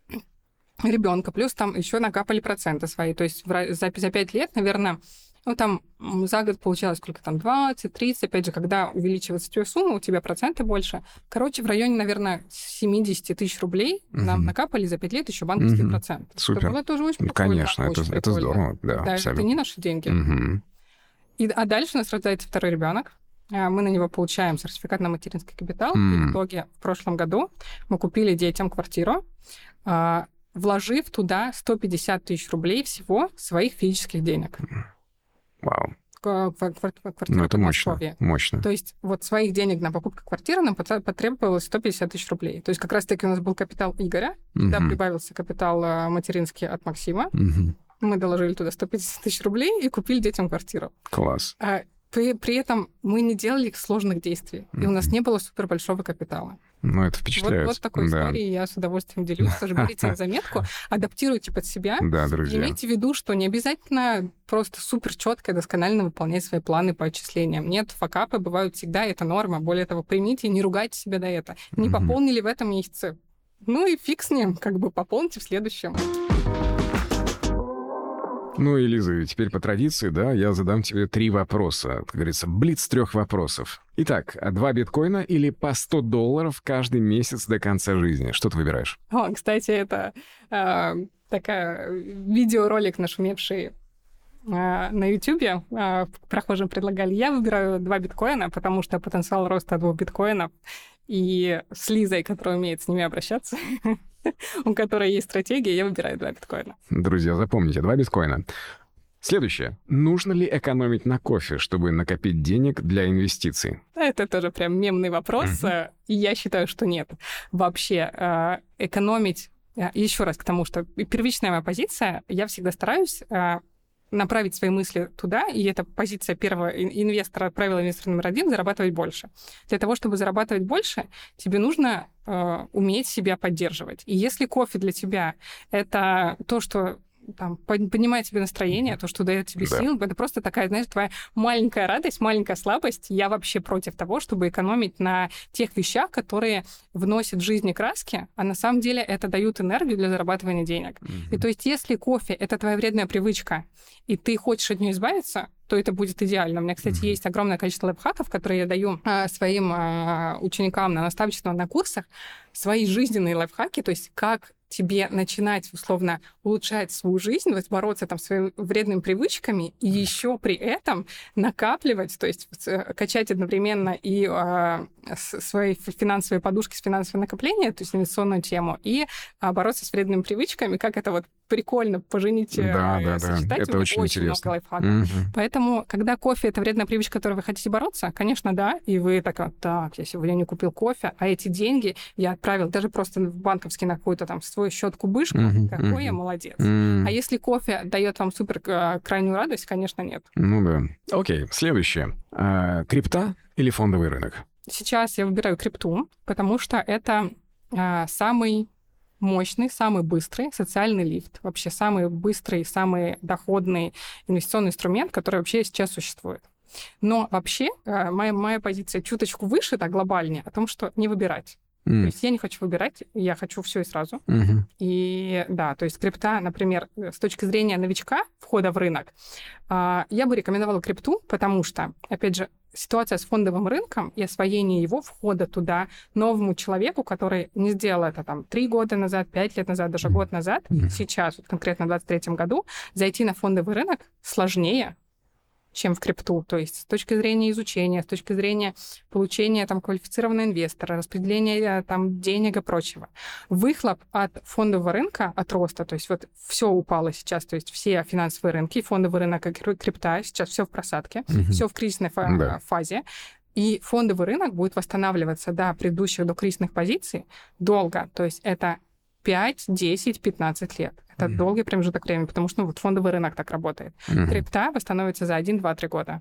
Speaker 1: ребенка, плюс там еще накапали проценты свои. То есть за 5 лет, наверное, там за год получалось сколько там, 20, 30, опять же, когда увеличивается твоя сумма, у тебя проценты больше. В районе, наверное, 70 тысяч рублей нам накапали за 5 лет еще банковский процент.
Speaker 2: Супер.
Speaker 1: Это было тоже очень прикольно.
Speaker 2: Конечно, это здорово, да, абсолютно.
Speaker 1: Это не наши деньги. А дальше у нас рождается второй ребенок. Мы на него получаем сертификат на материнский капитал. И в итоге в прошлом году мы купили детям квартиру, вложив туда 150 тысяч рублей всего своих физических денег.
Speaker 2: Вау.
Speaker 1: Квартира
Speaker 2: это мощно.
Speaker 1: То есть вот своих денег на покупку квартиры нам потребовалось 150 тысяч рублей. То есть как раз-таки у нас был капитал Игоря, туда прибавился капитал материнский от Максима. Мы доложили туда 150 тысяч рублей и купили детям квартиру.
Speaker 2: Класс.
Speaker 1: При этом мы не делали сложных действий, и у нас не было супер большого капитала.
Speaker 2: Это впечатляет.
Speaker 1: Вот такой историей я с удовольствием делюсь. Тоже берите на заметку, адаптируйте под себя.
Speaker 2: Да, друзья.
Speaker 1: Имейте в виду, что не обязательно просто супер четко и досконально выполнять свои планы по отчислениям. Нет, факапы бывают всегда, это норма. Более того, примите и не ругайте себя за это. Не пополнили в этом месяце. И фиг с ним, пополните в следующем.
Speaker 2: И, Лиза, теперь по традиции, да, я задам тебе 3 вопроса. Как говорится, блиц 3 вопросов. Итак, 2 биткоина или по $100 каждый месяц до конца жизни? Что ты выбираешь?
Speaker 1: Кстати, это такая видеоролик нашумевший на Ютубе. Прохожим предлагали. Я выбираю 2 биткоина, потому что потенциал роста 2 биткоинов. И с Лизой, которая умеет с ними обращаться, у которой есть стратегия, я выбираю 2 биткоина.
Speaker 2: Друзья, запомните, 2 биткоина. Следующее. Нужно ли экономить на кофе, чтобы накопить денег для инвестиций?
Speaker 1: Это тоже прям мемный вопрос. И я считаю, что нет. Вообще экономить... Еще раз к тому, что первичная моя позиция, я всегда стараюсь направить свои мысли туда, и это позиция первого инвестора, правило инвестора номер 1, зарабатывать больше. Для того, чтобы зарабатывать больше, тебе нужно уметь себя поддерживать. И если кофе для тебя — это то, что там, поднимает тебе настроение, то, что дает тебе сил, это просто такая, знаешь, твоя маленькая радость, маленькая слабость. Я вообще против того, чтобы экономить на тех вещах, которые вносят в жизни краски, а на самом деле это дают энергию для зарабатывания денег. И то есть если кофе — это твоя вредная привычка, и ты хочешь от нее избавиться, то это будет идеально. У меня, кстати, есть огромное количество лайфхаков, которые я даю своим ученикам на наставничество, на курсах, свои жизненные лайфхаки, то есть как тебе начинать, условно, улучшать свою жизнь, вот, бороться там с своими вредными привычками, и еще при этом накапливать, то есть качать одновременно и свои финансовые подушки с финансового накопления, то есть инвестиционную тему, и бороться с вредными привычками, как это вот прикольно поженить, сочетать.
Speaker 2: Это очень интересно.
Speaker 1: Много лайфхаков. Поэтому, когда кофе — это вредная привычка, которой вы хотите бороться, конечно, да, и вы так, я сегодня не купил кофе, а эти деньги я отправил даже просто в банковский на какой-то там свой счет кубышку, какой я молодец. А если кофе дает вам супер крайнюю радость, конечно, нет.
Speaker 2: Ну да. Окей, следующее. Крипта или фондовый рынок?
Speaker 1: Сейчас я выбираю крипту, потому что это самый мощный, самый быстрый социальный лифт. Вообще самый быстрый, самый доходный инвестиционный инструмент, который вообще сейчас существует. Но вообще моя позиция чуточку выше, да, глобальнее, о том, что не выбирать. То есть я не хочу выбирать, я хочу все и сразу. И да, то есть крипта, например, с точки зрения новичка, входа в рынок, я бы рекомендовала крипту, потому что, опять же, ситуация с фондовым рынком и освоение его, входа туда новому человеку, который не сделал это там 3 года назад, 5 лет назад, даже год назад, сейчас, вот конкретно в 2023 году, зайти на фондовый рынок сложнее, чем в крипту. То есть с точки зрения изучения, с точки зрения получения там квалифицированного инвестора, распределения там денег и прочего. Выхлоп от фондового рынка, от роста, то есть вот все упало сейчас, то есть все финансовые рынки, фондовый рынок и крипта, сейчас все в просадке, все в кризисной фазе. И фондовый рынок будет восстанавливаться до предыдущих докризисных позиций долго. То есть это 5, 10, 15 лет. Это долгий промежуток времени, потому что вот фондовый рынок так работает. Крипта восстановится за 1, 2, 3 года.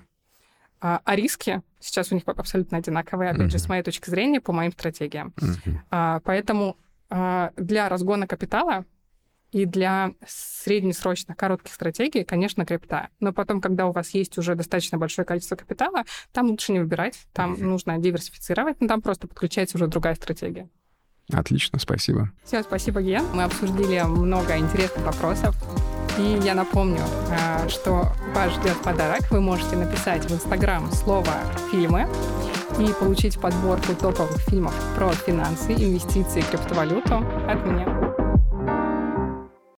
Speaker 1: А риски сейчас у них абсолютно одинаковые, опять же, с моей точки зрения, по моим стратегиям. Поэтому для разгона капитала и для среднесрочных, коротких стратегий, конечно, крипта. Но потом, когда у вас есть уже достаточно большое количество капитала, там лучше не выбирать, там нужно диверсифицировать, но там просто подключается уже другая стратегия.
Speaker 2: Отлично, спасибо.
Speaker 1: Все, спасибо, Ген. Мы обсудили много интересных вопросов. И я напомню, что вас ждет подарок. Вы можете написать в Инстаграм слово «фильмы» и получить подборку топовых фильмов про финансы, инвестиции и криптовалюту от меня.